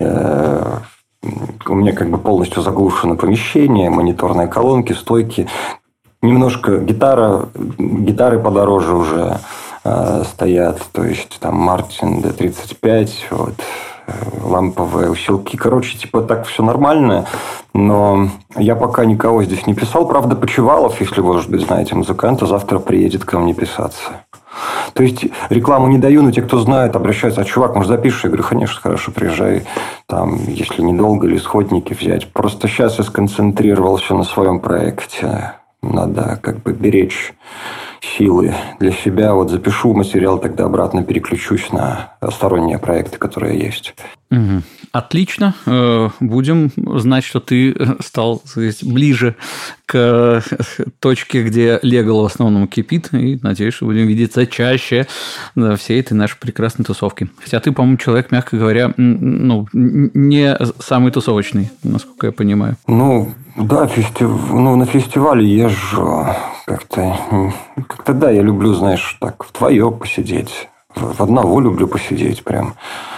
э- у меня как бы полностью заглушено помещение, мониторные колонки, стойки. Немножко гитара, гитары подороже уже э, стоят. То есть, там Мартин ди тридцать пять, вот, э, ламповые усилки. Короче, типа, так все нормально. Но я пока никого здесь не писал. Правда, Почивалов, если вы, может быть, знаете музыканта, завтра приедет ко мне писаться. То есть, рекламу не даю, но те, кто знает, обращаются. А, чувак, может, запишешь? Я говорю, конечно, хорошо, приезжай. Там, если недолго, или исходники взять. Просто сейчас я сконцентрировался на своем проекте. Надо как бы беречь силы для себя. Вот запишу материал, тогда обратно переключусь на сторонние проекты, которые есть. Угу. Отлично. Будем знать, что ты стал, так сказать, ближе к точке, где Легал в основном кипит. И надеюсь, что будем видеться чаще на всей этой нашей прекрасной тусовке. Хотя ты, по-моему, человек, мягко говоря, ну, не самый тусовочный, насколько я понимаю. Ну, да, фестив... ну, на фестивале езжу как-то... Как-то, да, я люблю, знаешь, так вдвоем посидеть. В одного люблю посидеть прям.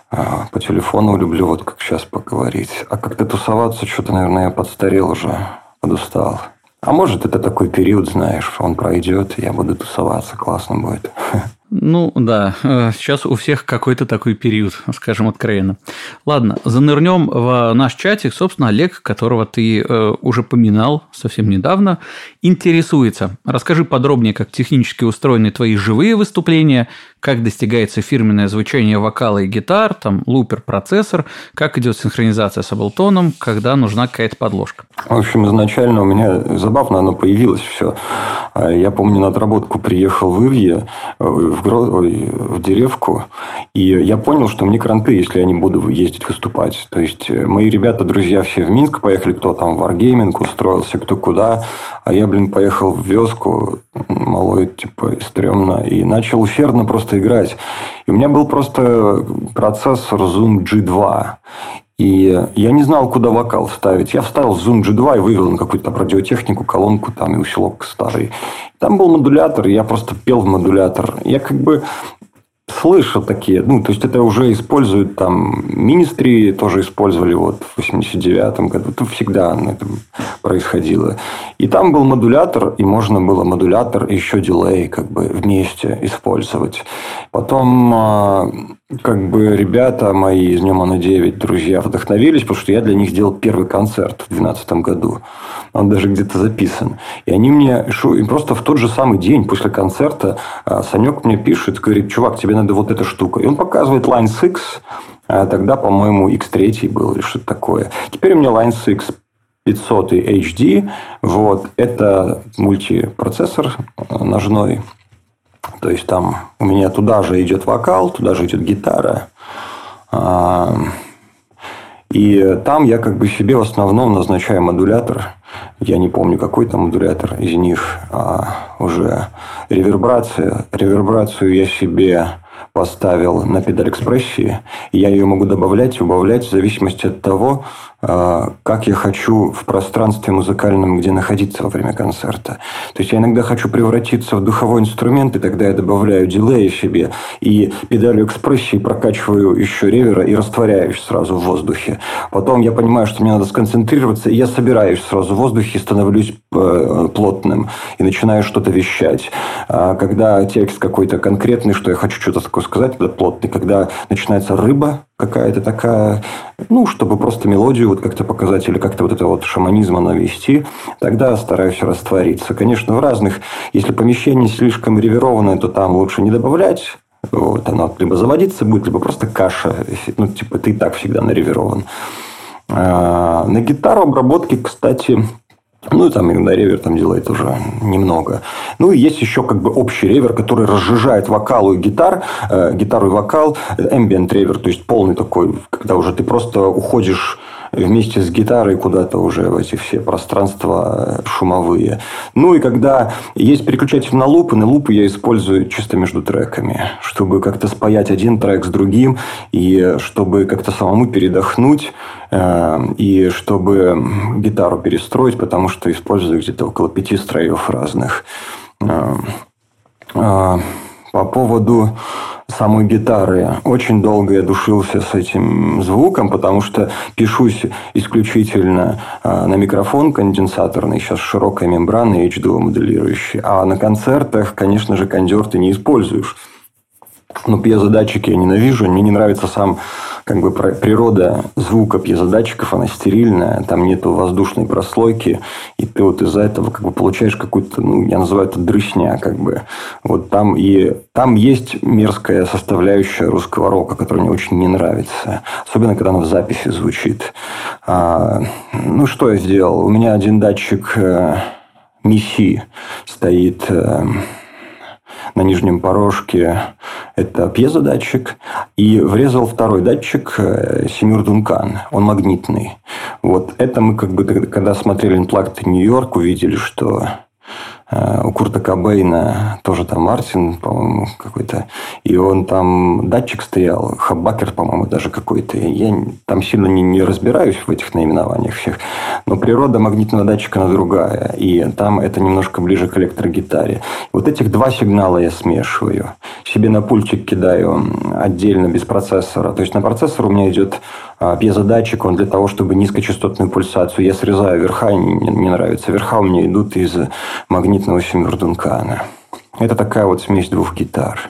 По телефону люблю, вот как сейчас поговорить. А как-то тусоваться, что-то, наверное, я подстарел уже, подустал. А может, это такой период, знаешь, он пройдет, и я буду тусоваться, классно будет. Ну, да, сейчас у всех какой-то такой период, скажем откровенно. Ладно, занырнем в наш чатик. Собственно, Олег, которого ты э, уже поминал совсем недавно, интересуется. Расскажи подробнее, как технически устроены твои живые выступления, как достигается фирменное звучание вокала и гитар, там, лупер, процессор, как идет синхронизация с Ableton, когда нужна какая-то подложка. В общем, изначально у меня забавно оно появилось все. Я помню, на отработку приехал в Ивье, в, Гро... в деревку, и я понял, что мне кранты, если я не буду ездить выступать. То есть, мои ребята, друзья все в Минск поехали, кто там в Wargaming устроился, кто куда, а я, блин, поехал в Вёску, малой, типа, стрёмно, и начал усердно просто играть. И у меня был просто процессор Zoom джи два. И я не знал, куда вокал ставить. Я вставил Zoom джи два и вывел на какую-то радиотехнику, колонку там и усилок старый. Там был модулятор, и я просто пел в модулятор. Я как бы слышу такие, ну, то есть, это уже используют там Ministry, тоже использовали вот в восемьдесят девятом году. Это всегда это происходило. И там был модулятор, и можно было модулятор и еще дилей как бы вместе использовать. Потом, как бы, ребята мои из Немана девять, друзья, вдохновились, потому что я для них сделал первый концерт в две тысячи двенадцатом году. Он даже где-то записан. И они мне... И просто в тот же самый день после концерта Санек мне пишет, говорит: чувак, тебе надо вот эта штука. И он показывает Line шесть. Тогда, по-моему, икс три был или что-то такое. Теперь у меня Line шесть пятьсот эйч ди. Вот. Это мультипроцессор ножной. То есть, там у меня туда же идет вокал, туда же идет гитара. И там я как бы себе в основном назначаю модулятор. Я не помню, какой там модулятор из них. А уже ревербрация. Ревербрацию я себе поставил на педаль экспрессии. И я ее могу добавлять и убавлять в зависимости от того, как я хочу в пространстве музыкальном, где находиться во время концерта. То есть, я иногда хочу превратиться в духовой инструмент, и тогда я добавляю дилея себе, и педалью экспрессии прокачиваю еще ревера и растворяюсь сразу в воздухе. Потом я понимаю, что мне надо сконцентрироваться, и я собираюсь сразу в воздухе, становлюсь плотным, и начинаю что-то вещать. А когда текст какой-то конкретный, что я хочу что-то такое сказать, это плотный. Когда начинается рыба какая-то такая, ну, чтобы просто мелодию вот как-то показать или как-то вот это вот шаманизма навести, тогда стараюсь раствориться. Конечно, в разных, если помещение слишком реверованное, то там лучше не добавлять. Вот, оно либо заводиться будет, либо просто каша. Ну, типа, ты и так всегда нареверован. А на гитару обработки, кстати... Ну, и там иногда ревер там делает уже немного. Ну, и есть еще как бы общий ревер, который разжижает вокал и гитар, э, гитару и вокал. Ambient ревер, то есть, полный такой, когда уже ты просто уходишь вместе с гитарой куда-то уже в эти все пространства шумовые. Ну, и когда есть переключатель на лупы, на лупы я использую чисто между треками, чтобы как-то спаять один трек с другим, и чтобы как-то самому передохнуть, и чтобы гитару перестроить, потому что использую где-то около пяти строев разных. По поводу самой гитары. Очень долго я душился с этим звуком, потому что пишусь исключительно на микрофон конденсаторный, сейчас широкая мембрана эйч два моделирующий. А на концертах, конечно же, кондер ты не используешь. Но пьезодатчики я ненавижу. Мне не нравится сам как бы природа звука пьезодатчиков. Она стерильная. Там нету воздушной прослойки. И ты вот из-за этого как бы получаешь какую-то, ну, я называю это дрысня, как бы. Вот там и там есть мерзкая составляющая русского рока, которая мне очень не нравится. Особенно, когда она в записи звучит. А, ну, что я сделал? У меня один датчик Миси стоит на нижнем порожке. Это пьезодатчик. И врезал второй датчик Семюр Дункан. Он магнитный. Вот это мы как бы, когда смотрели Unplugged New York, увидели, что у Курта Кобейна тоже там Мартин, по-моему, какой-то. И он там датчик стоял, Хаббакер, по-моему, даже какой-то. Я там сильно не, не разбираюсь в этих наименованиях всех. Но природа магнитного датчика, она другая. И там это немножко ближе к электрогитаре. Вот этих два сигнала я смешиваю. Себе на пультик кидаю отдельно, без процессора. То есть, на процессор у меня идет пьезодатчик, он для того, чтобы низкочастотную пульсацию. Я срезаю верха, не, не нравится. Верха у меня идут из магнитного Симмер-Дункана. Это такая вот смесь двух гитар.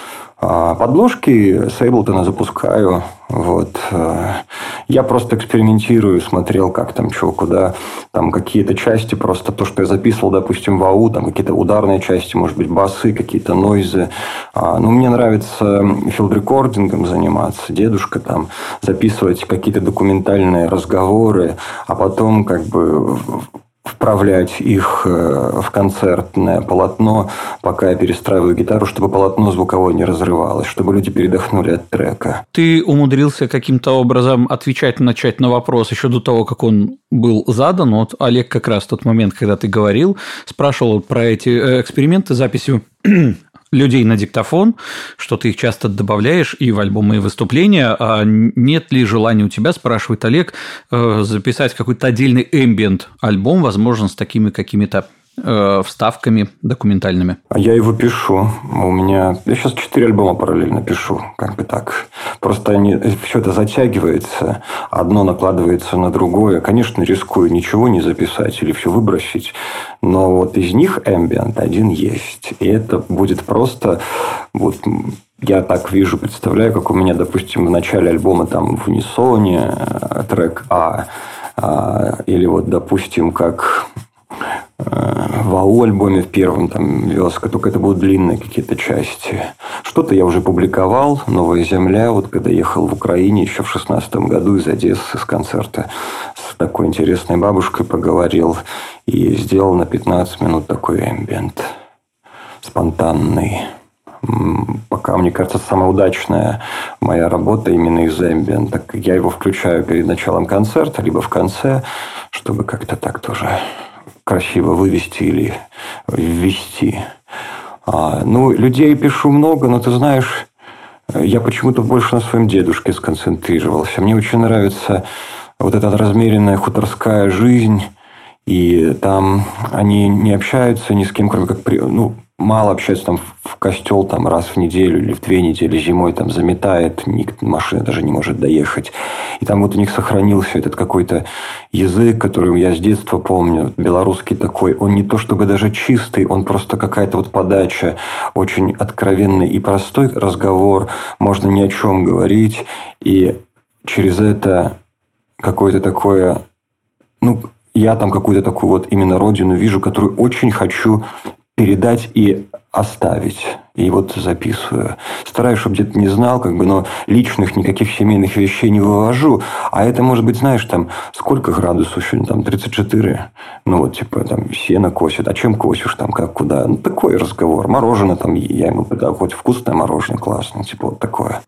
Подложки с Ableton запускаю. Вот. Я просто экспериментирую, смотрел, как там, что, куда. Там какие-то части, просто то, что я записывал, допустим, в АУ, там какие-то ударные части, может быть, басы, какие-то нойзы. Ну, мне нравится филд-рекордингом заниматься. Дедушка там записывать какие-то документальные разговоры, а потом как бы вправлять их в концертное полотно, пока я перестраиваю гитару, чтобы полотно звуковое не разрывалось, чтобы люди передохнули от трека. Ты умудрился каким-то образом отвечать, начать на вопрос еще до того, как он был задан. Вот Олег как раз в тот момент, когда ты говорил, спрашивал про эти эксперименты с записью людей на диктофон, что ты их часто добавляешь и в альбомы, и в выступления. А нет ли желания у тебя, спрашивает Олег, записать какой-то отдельный эмбиент альбом, возможно, с такими какими-то вставками документальными? А я его пишу. У меня... Я сейчас четыре альбома параллельно пишу. Как бы так. Просто они... все это затягивается. Одно накладывается на другое. Конечно, рискую ничего не записать или все выбросить. Но вот из них эмбиент один есть. И это будет просто... Вот... Я так вижу, представляю, как у меня, допустим, в начале альбома там в унисоне трек А. Или вот, допустим, как... в АУ альбоме в первом там «Вёска», только это будут длинные какие-то части. Что-то я уже публиковал. «Новая земля». Вот когда ехал в Украине еще в шестнадцатом году из Одессы с концерта с такой интересной бабушкой поговорил и сделал на пятнадцать минут такой эмбиент спонтанный. Пока, мне кажется, самая удачная моя работа именно из эмбиента. Я его включаю перед началом концерта, либо в конце, чтобы как-то так тоже красиво вывести или ввести. А, ну, людей пишу много, но ты знаешь, я почему-то больше на своем дедушке сконцентрировался. Мне очень нравится вот эта размеренная хуторская жизнь, и там они не общаются ни с кем, кроме как... Ну, мало общаются там в костел там, раз в неделю или в две недели зимой там заметает, машина даже не может доехать. И там вот у них сохранился этот какой-то язык, который я с детства помню, белорусский такой. Он не то чтобы даже чистый, он просто какая-то вот подача, очень откровенный и простой разговор. Можно ни о чем говорить. И через это какое-то такое... Ну, я там какую-то такую вот именно родину вижу, которую очень хочу передать и оставить. И вот записываю. Стараюсь, чтобы где-то не знал, как бы, но личных никаких семейных вещей не вывожу. А это, может быть, знаешь, там, сколько градусов сегодня? Там тридцать четыре. Ну, вот, типа, там, сено косит. А чем косишь? Там, как, куда? Ну, такой разговор. Мороженое там, я ему предлагаю, хоть вкусное мороженое, классно. Типа, вот такое.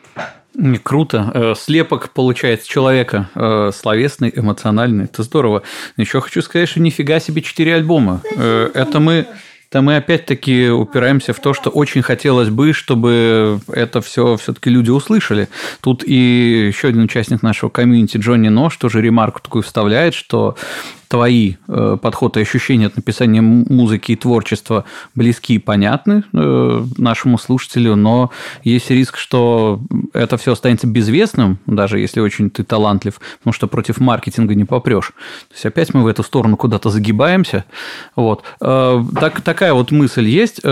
Круто. Слепок получается человека словесный, эмоциональный. Это здорово. Еще хочу сказать, что нифига себе четыре альбома. Это мы... То мы опять-таки упираемся в то, что очень хотелось бы, чтобы это все все-таки люди услышали. Тут и еще один участник нашего комьюнити, Джонни Нош, тоже ремарку такую вставляет, что твои подходы и ощущения от написания музыки и творчества близки и понятны нашему слушателю, но есть риск, что это все останется безвестным, даже если очень ты талантлив, потому что против маркетинга не попрешь. То есть опять мы в эту сторону куда-то загибаемся. Вот. Так, такая вот мысль есть.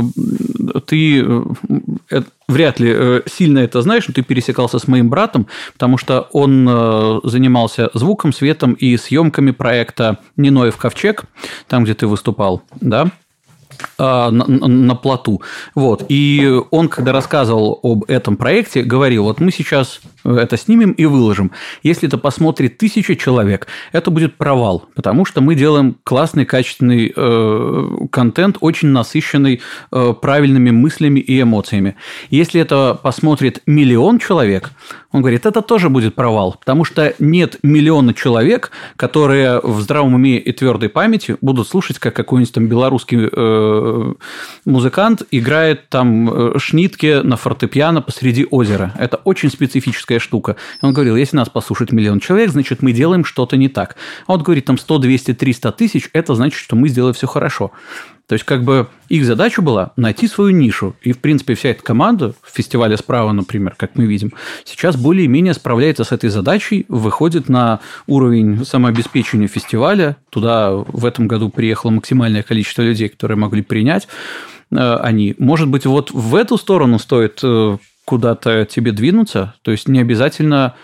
Ты вряд ли сильно это знаешь, но ты пересекался с моим братом, потому что он занимался звуком, светом и съемками проекта «Ниноев ковчег», там, где ты выступал, да, на, на, на плоту. Вот. И он, когда рассказывал об этом проекте, говорил, вот мы сейчас это снимем и выложим. Если это посмотрит тысяча человек, это будет провал, потому что мы делаем классный, качественный э, контент, очень насыщенный э, правильными мыслями и эмоциями. Если это посмотрит миллион человек, он говорит, это тоже будет провал, потому что нет миллиона человек, которые в здравом уме и твердой памяти будут слушать, как какой-нибудь там белорусский э, музыкант играет там шнитки на фортепиано посреди озера. Это очень специфическая штука. И он говорил, если нас послушает миллион человек, значит, мы делаем что-то не так. А он говорит, там сто, двести, триста тысяч, это значит, что мы сделали все хорошо. То есть, как бы их задача была найти свою нишу. И, в принципе, вся эта команда в фестивале «Справа», например, как мы видим, сейчас более-менее справляется с этой задачей, выходит на уровень самообеспечения фестиваля. Туда в этом году приехало максимальное количество людей, которые могли принять они. Может быть, вот в эту сторону стоит куда-то тебе двинуться? То есть, не обязательно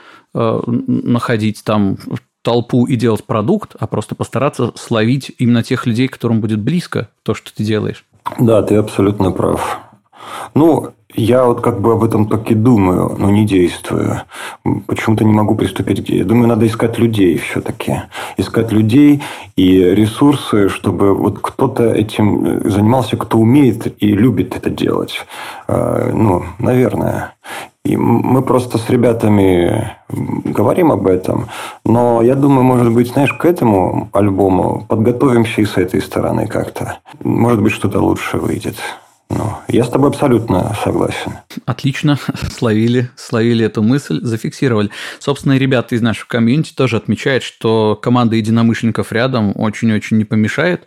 находить там толпу и делать продукт, а просто постараться словить именно тех людей, которым будет близко то, что ты делаешь. Да, ты абсолютно прав. Ну, я вот как бы об этом так и думаю, но не действую. Почему-то не могу приступить к делу. Я думаю, надо искать людей все-таки. Искать людей и ресурсы, чтобы вот кто-то этим занимался, кто умеет и любит это делать. Ну, наверное. И мы просто с ребятами говорим об этом. Но я думаю, может быть, знаешь, к этому альбому подготовимся и с этой стороны как-то. Может быть, что-то лучше выйдет. Ну, я с тобой абсолютно согласен. Отлично, словили, словили эту мысль, зафиксировали. Собственно, и ребята из нашего комьюнити тоже отмечают, что команда единомышленников рядом очень-очень не помешает.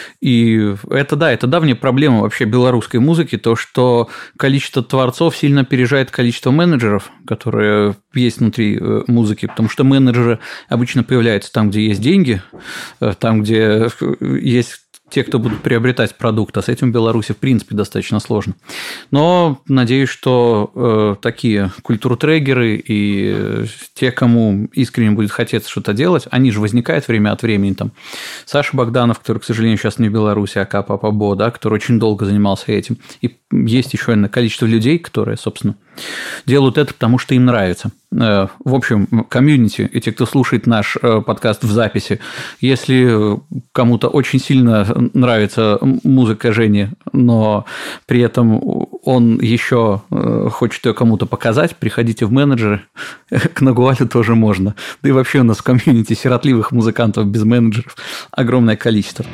И это, да, это давняя проблема вообще белорусской музыки, то, что количество творцов сильно опережает количество менеджеров, которые есть внутри музыки, потому что менеджеры обычно появляются там, где есть деньги, там, где есть те, кто будут приобретать продукт, а с этим в Беларуси, в принципе, достаточно сложно. Но надеюсь, что э, такие культуртрегеры и э, те, кому искренне будет хотеться что-то делать, они же возникают время от времени. Там Саша Богданов, который, к сожалению, сейчас не в Беларуси, а Папа Бо, да, который очень долго занимался этим. И есть еще одно количество людей, которые, собственно, делают это, потому что им нравится. В общем, комьюнити и те, кто слушает наш подкаст в записи, если кому-то очень сильно нравится музыка Жени, но при этом он еще хочет ее кому-то показать, приходите в менеджеры, к Нагуалю тоже можно. Да и вообще у нас в комьюнити сиротливых музыкантов без менеджеров огромное количество.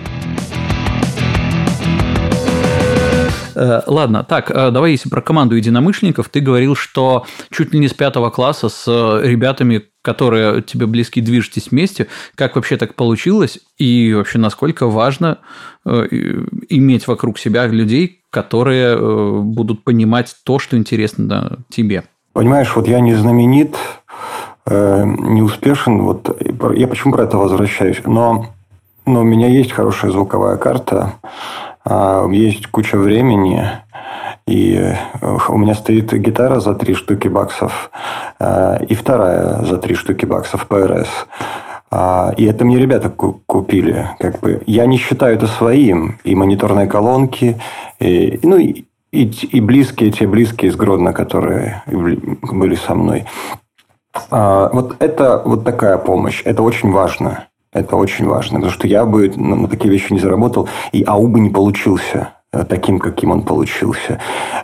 Ладно, так, давай, если про команду единомышленников, ты говорил, что чуть ли не с пятого класса с ребятами, которые тебе близки, движетесь вместе. Как вообще так получилось? И вообще, насколько важно иметь вокруг себя людей, которые будут понимать то, что интересно тебе? Понимаешь, вот я не знаменит, не успешен. Вот я почему про это возвращаюсь? Но, но у меня есть хорошая звуковая карта, есть куча времени, и у меня стоит гитара за три штуки баксов, и вторая за три штуки баксов пэ эр эс. И это мне ребята купили. Как бы. Я не считаю это своим. И мониторные колонки, и, ну, и, и, и близкие, те близкие из Гродно, которые были со мной. Вот это вот такая помощь. Это очень важно. Это очень важно, потому что я бы на такие вещи не заработал, и АУ бы не получился таким, каким он получился.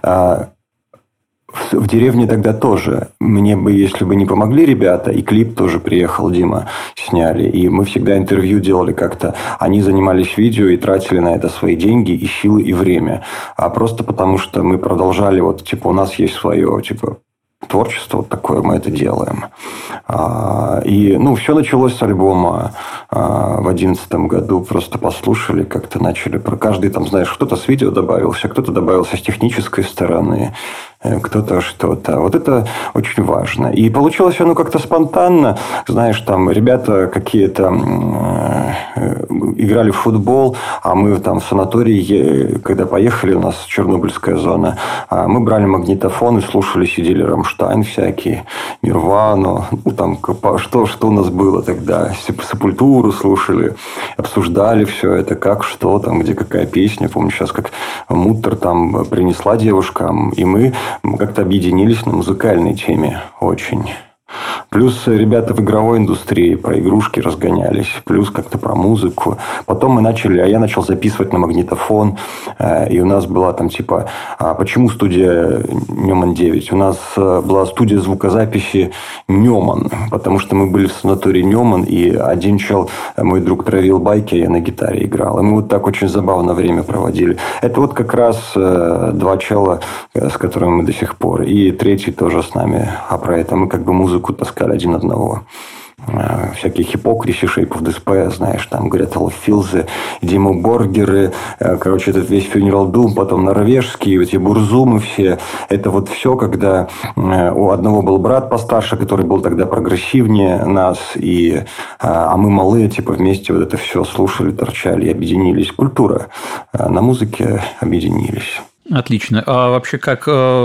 В деревне тогда тоже. Мне бы, если бы не помогли ребята, и клип тоже приехал, Дима, сняли, и мы всегда интервью делали как-то. Они занимались видео и тратили на это свои деньги, и силы, и время. А просто потому, что мы продолжали, вот, типа, у нас есть свое, типа, творчество вот такое, мы это делаем. И, ну, все началось с альбома в одиннадцатом году. Просто послушали, как-то начали. Про каждый, там, знаешь, кто-то с видео добавился, кто-то добавился с технической стороны, кто-то что-то. Вот это очень важно. И получилось оно как-то спонтанно. Знаешь, там ребята какие-то играли в футбол, а мы там в санатории, когда поехали, у нас Чернобыльская зона, мы брали магнитофон и слушали, сидели Рамштайн всякие, Нирвану, ну, там, что, что у нас было тогда, Сепультуру слушали, обсуждали все это, как, что там, где какая песня. Помню сейчас, как Муттер там принесла девушкам, и мы как-то объединились на музыкальной теме очень. Плюс ребята в игровой индустрии про игрушки разгонялись. Плюс как-то про музыку. Потом мы начали, а я начал записывать на магнитофон. И у нас была там типа... А почему студия Неман девять? У нас была студия звукозаписи Неман. Потому что мы были в санатории Неман. И один чел, мой друг, травил байки, а я на гитаре играл. И мы вот так очень забавно время проводили. Это вот как раз два чела, с которыми мы до сих пор. И третий тоже с нами. А про это мы как бы музыку таскали один одного. Всякие хипокриси, Shape of Despair, знаешь, там говорят Алфилзы, Диму Боргеры, короче, этот весь Funeral Doom, потом норвежские, эти бурзумы все. Это вот все, когда у одного был брат постарше, который был тогда прогрессивнее нас, и, а мы малые, типа, вместе вот это все слушали, торчали и объединились. Культура на музыке объединились. Отлично. А вообще как...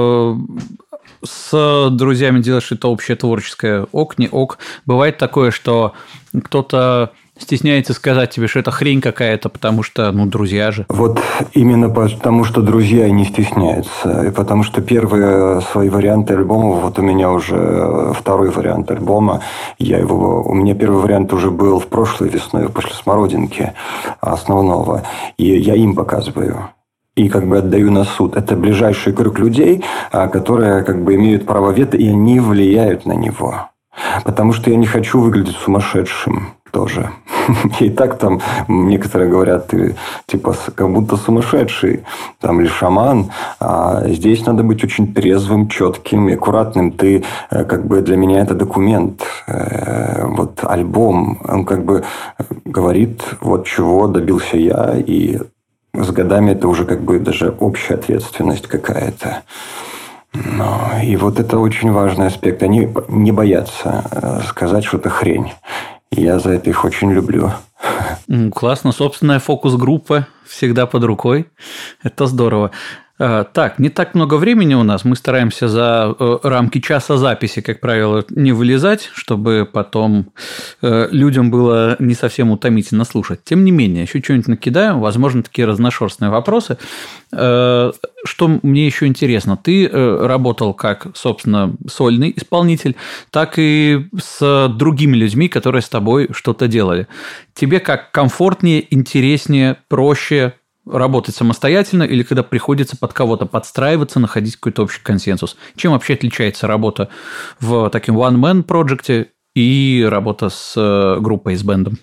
с друзьями делаешь это общее творческое, ок, не ок. Бывает такое, что кто-то стесняется сказать тебе, что это хрень какая-то, потому что, ну, друзья же. Вот именно потому, что друзья и не стесняются. И потому что первые свои варианты альбома, вот у меня уже второй вариант альбома, я его, у меня первый вариант уже был в прошлой весной, после «Смородинки» основного, и я им показываю. И как бы отдаю на суд. Это ближайший круг людей, которые как бы имеют право вето, и они влияют на него. Потому что я не хочу выглядеть сумасшедшим тоже. И так там некоторые говорят, ты типа как будто сумасшедший, там, или шаман. А здесь надо быть очень трезвым, четким и аккуратным. Ты как бы для меня это документ. Вот альбом, он как бы говорит, вот чего добился я, и с годами это уже как бы даже общая ответственность какая-то. Но, и вот это очень важный аспект. Они не боятся сказать, что это хрень. И я за это их очень люблю. Классно. Собственная фокус-группа всегда под рукой. Это здорово. Так, не так много времени у нас. Мы стараемся за рамки часа записи, как правило, не вылезать, чтобы потом людям было не совсем утомительно слушать. Тем не менее, еще что-нибудь накидаем. Возможно, такие разношерстные вопросы. Что мне еще интересно. Ты работал как, собственно, сольный исполнитель, так и с другими людьми, которые с тобой что-то делали. Тебе как комфортнее, интереснее, проще работать самостоятельно или когда приходится под кого-то подстраиваться, находить какой-то общий консенсус? Чем вообще отличается работа в таком one-man проекте и работа с группой, с бэндом?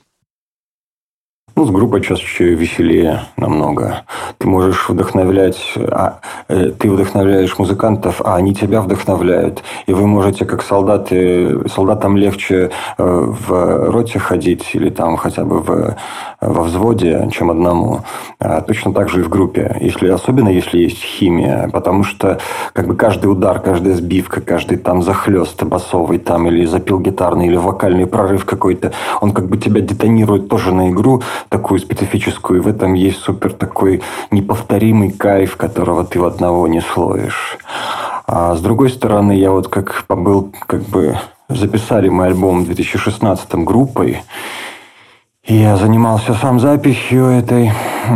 Ну, с группой чаще веселее намного. Ты можешь вдохновлять, а, э, ты вдохновляешь музыкантов, а они тебя вдохновляют. И вы можете, как солдаты, солдатам легче э, в роте ходить или там хотя бы в, во взводе, чем одному. А точно так же и в группе. Если, особенно если есть химия. Потому что как бы каждый удар, каждая сбивка, каждый там захлёст басовый там, или запил гитарный, или вокальный прорыв какой-то, он как бы тебя детонирует тоже на игру, такую специфическую, и в этом есть супер такой неповторимый кайф, которого ты в одного не словишь. А с другой стороны, я вот как побыл, как бы записали мы альбом в две тысячи шестнадцатом группой, и я занимался сам записью этой.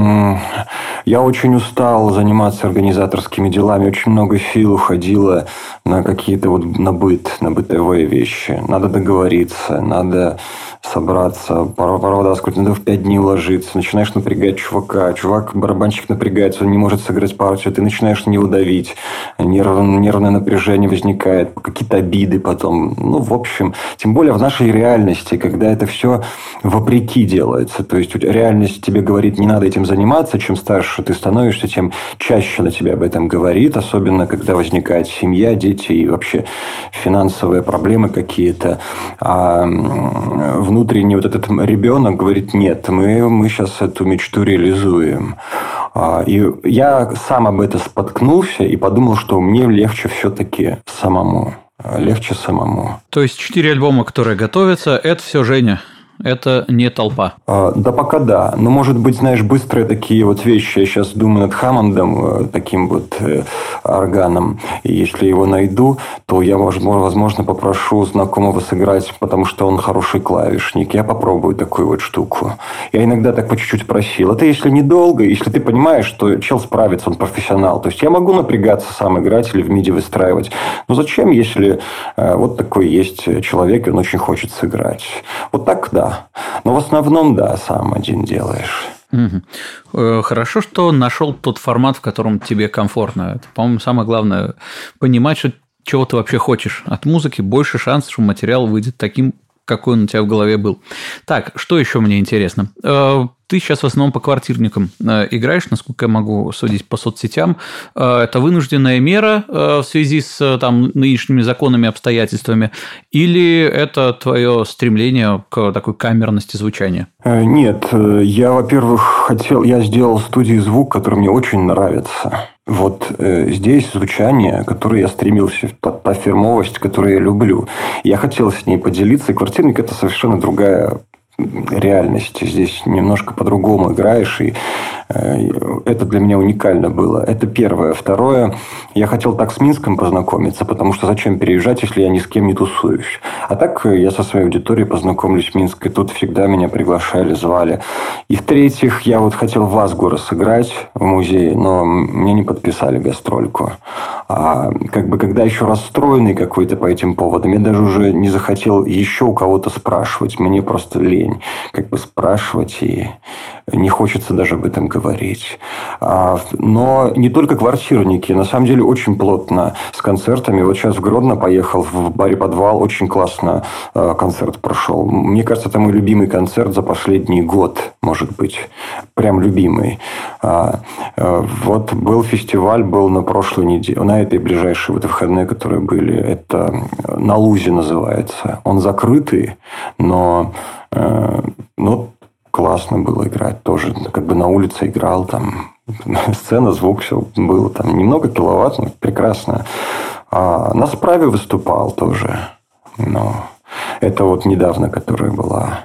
Я очень устал заниматься организаторскими делами. Очень много сил уходило на какие-то вот на быт, на бытовые вещи. Надо договориться, надо собраться, провода скрутить, надо в пять дней уложиться. Начинаешь напрягать чувака. Чувак, барабанщик напрягается, он не может сыграть партию. Ты начинаешь на него давить. Нерв, нервное напряжение возникает. Какие-то обиды потом. Ну, в общем, тем более в нашей реальности, когда это все вопреки делается. То есть, реальность тебе говорит, не надо этим заниматься. Чем старше ты становишься, тем чаще на тебя об этом говорит. Особенно, когда возникает семья, дети и вообще финансовые проблемы какие-то. А внутренний вот этот ребенок говорит, нет, мы, мы сейчас эту мечту реализуем. И я сам об этом споткнулся и подумал, что мне легче все-таки самому. Легче самому. То есть, четыре альбома, которые готовятся, это все Женя? это не толпа? А, да, пока да. Но, может быть, знаешь, быстрые такие вот вещи. Я сейчас думаю над Хаммондом, таким вот э, органом. И если его найду, то я, возможно, попрошу знакомого сыграть, потому что он хороший клавишник. Я попробую такую вот штуку. Я иногда так по чуть-чуть просил. Это если недолго, если ты понимаешь, что чел справится, он профессионал. То есть, я могу напрягаться сам играть или в миди выстраивать. Но зачем, если э, вот такой есть человек, и он очень хочет сыграть? Вот так, да. Но в основном, да, сам один делаешь. Угу. Хорошо, что нашел тот формат, в котором тебе комфортно. Это, по-моему, самое главное понимать, что чего ты вообще хочешь от музыки. Больше шансов, что материал выйдет таким, какой он у тебя в голове был. Так, что еще мне интересно? Ты сейчас в основном по квартирникам играешь, насколько я могу судить по соцсетям. Это вынужденная мера в связи с там, нынешними законами, обстоятельствами? Или это твое стремление к такой камерности звучания? Нет, я, во-первых, хотел, я сделал в студии звук, который мне очень нравится. Вот э, здесь звучание, которое я стремился, та, та фирмовость, которую я люблю. Я хотел с ней поделиться. И квартирник – это совершенно другая реальность. Здесь немножко по-другому играешь, и э, это для меня уникально было. Это первое. Второе, я хотел так с Минском познакомиться, потому что зачем переезжать, если я ни с кем не тусуюсь. А так я со своей аудиторией познакомлюсь в Минске, тут всегда меня приглашали, звали. И в-третьих, я вот хотел в Асгура сыграть в музее, но мне не подписали гастрольку. А как бы когда еще расстроенный какой-то по этим поводам, я даже уже не захотел еще у кого-то спрашивать. Мне просто лень как бы спрашивать, и не хочется даже об этом говорить. А, но не только квартирники, на самом деле очень плотно с концертами. Вот сейчас в Гродно поехал в баре «Подвал», очень классно а, концерт прошел. Мне кажется, это мой любимый концерт за последний год, может быть, прям любимый. А, а, вот был фестиваль, был на прошлой неделе, на этой ближайшей вот выходные, которые были, это «На лузе» называется. Он закрытый, но ну, классно было играть тоже. Как бы на улице играл, там сцена, звук, все было. Там немного киловатт, но прекрасно. А на справе выступал тоже. Но это вот недавно, которая была.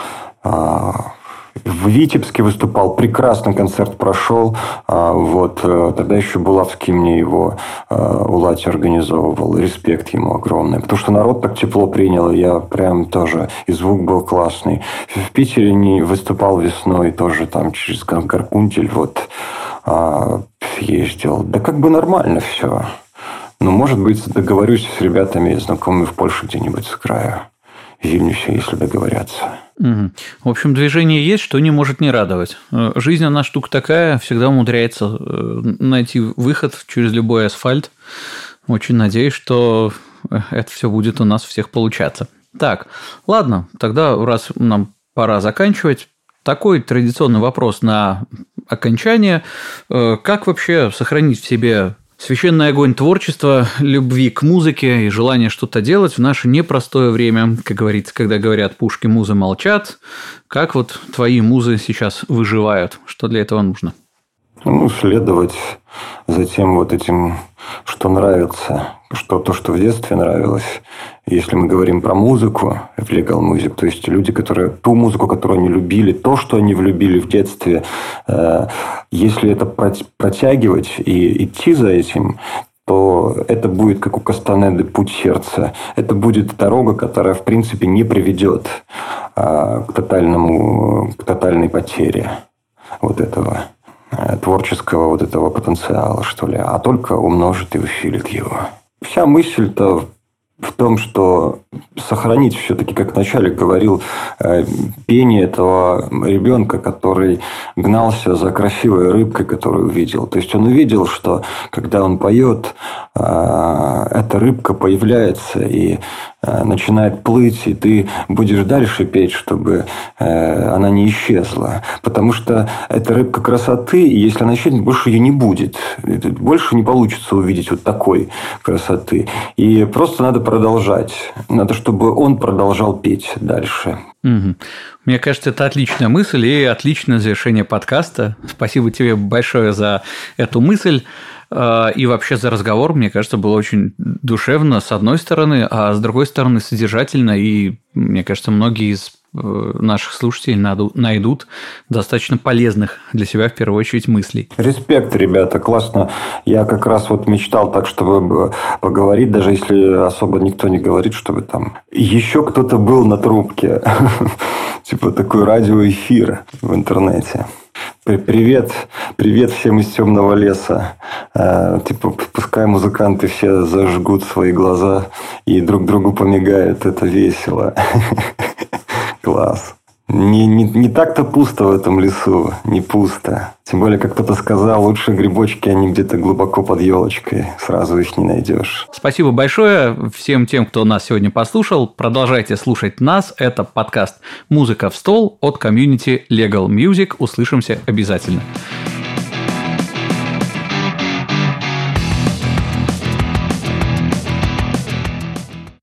А, в Витебске выступал, прекрасный концерт прошел. А, вот тогда еще Булавский мне его а, Улати организовывал. Респект ему огромный. Потому что народ так тепло принял. Я прям тоже... И звук был классный. В Питере не выступал весной. Тоже там через Гаркунтель вот а, ездил. Да как бы нормально все. Ну, может быть, договорюсь с ребятами, знакомыми в Польше где-нибудь сыграю. В Вильнюсе, если договорятся. Угу. В общем, движение есть, что не может не радовать. Жизнь, она штука такая, всегда умудряется найти выход через любой асфальт. Очень надеюсь, что это все будет у нас всех получаться. Так, ладно, тогда раз нам пора заканчивать, такой традиционный вопрос на окончание. Как вообще сохранить в себе священный огонь творчества, любви к музыке и желание что-то делать в наше непростое время, как говорится, когда говорят «пушки музы молчат», как вот твои музы сейчас выживают? Что для этого нужно? Ну, следовать за тем вот этим, что нравится, что то, что в детстве нравилось. Если мы говорим про музыку, в Legal Music, то есть люди, которые ту музыку, которую они любили, то, что они влюбили в детстве, э, если это протягивать и идти за этим, то это будет, как у Кастанеды, путь сердца. Это будет дорога, которая, в принципе, не приведет э, к тотальному, к тотальной потере вот этого творческого вот этого потенциала, что ли, а только умножит и усилит его. Вся мысль-то в том, что сохранить все-таки, как вначале говорил, пение этого ребенка, который гнался за красивой рыбкой, которую увидел. То есть он увидел, что когда он поет, эта рыбка появляется и начинает плыть, и ты будешь дальше петь, чтобы она не исчезла. Потому что это рыбка красоты, и если она исчезнет, больше ее не будет. Больше не получится увидеть вот такой красоты. И просто надо продолжать. Надо, чтобы он продолжал петь дальше. Угу. Мне кажется, это отличная мысль и отличное завершение подкаста. Спасибо тебе большое за эту мысль. И вообще за разговор, мне кажется, было очень душевно, с одной стороны, а с другой стороны, содержательно. И, мне кажется, многие из наших слушателей найдут достаточно полезных для себя, в первую очередь, мыслей. Респект, ребята, классно. Я как раз вот мечтал так, чтобы поговорить, даже если особо никто не говорит, чтобы там еще кто-то был на трубке. Типа такой радиоэфир в интернете. Привет, привет всем из темного леса. Типа, пускай музыканты все зажгут свои глаза и друг другу помигают. Это весело. Класс. Не, не, не так-то пусто в этом лесу. Не пусто. Тем более, как кто-то сказал, лучше грибочки, они где-то глубоко под елочкой. Сразу их не найдешь. Спасибо большое всем тем, кто нас сегодня послушал. Продолжайте слушать нас. Это подкаст «Музыка в стол» от комьюнити Legal Music. Услышимся обязательно.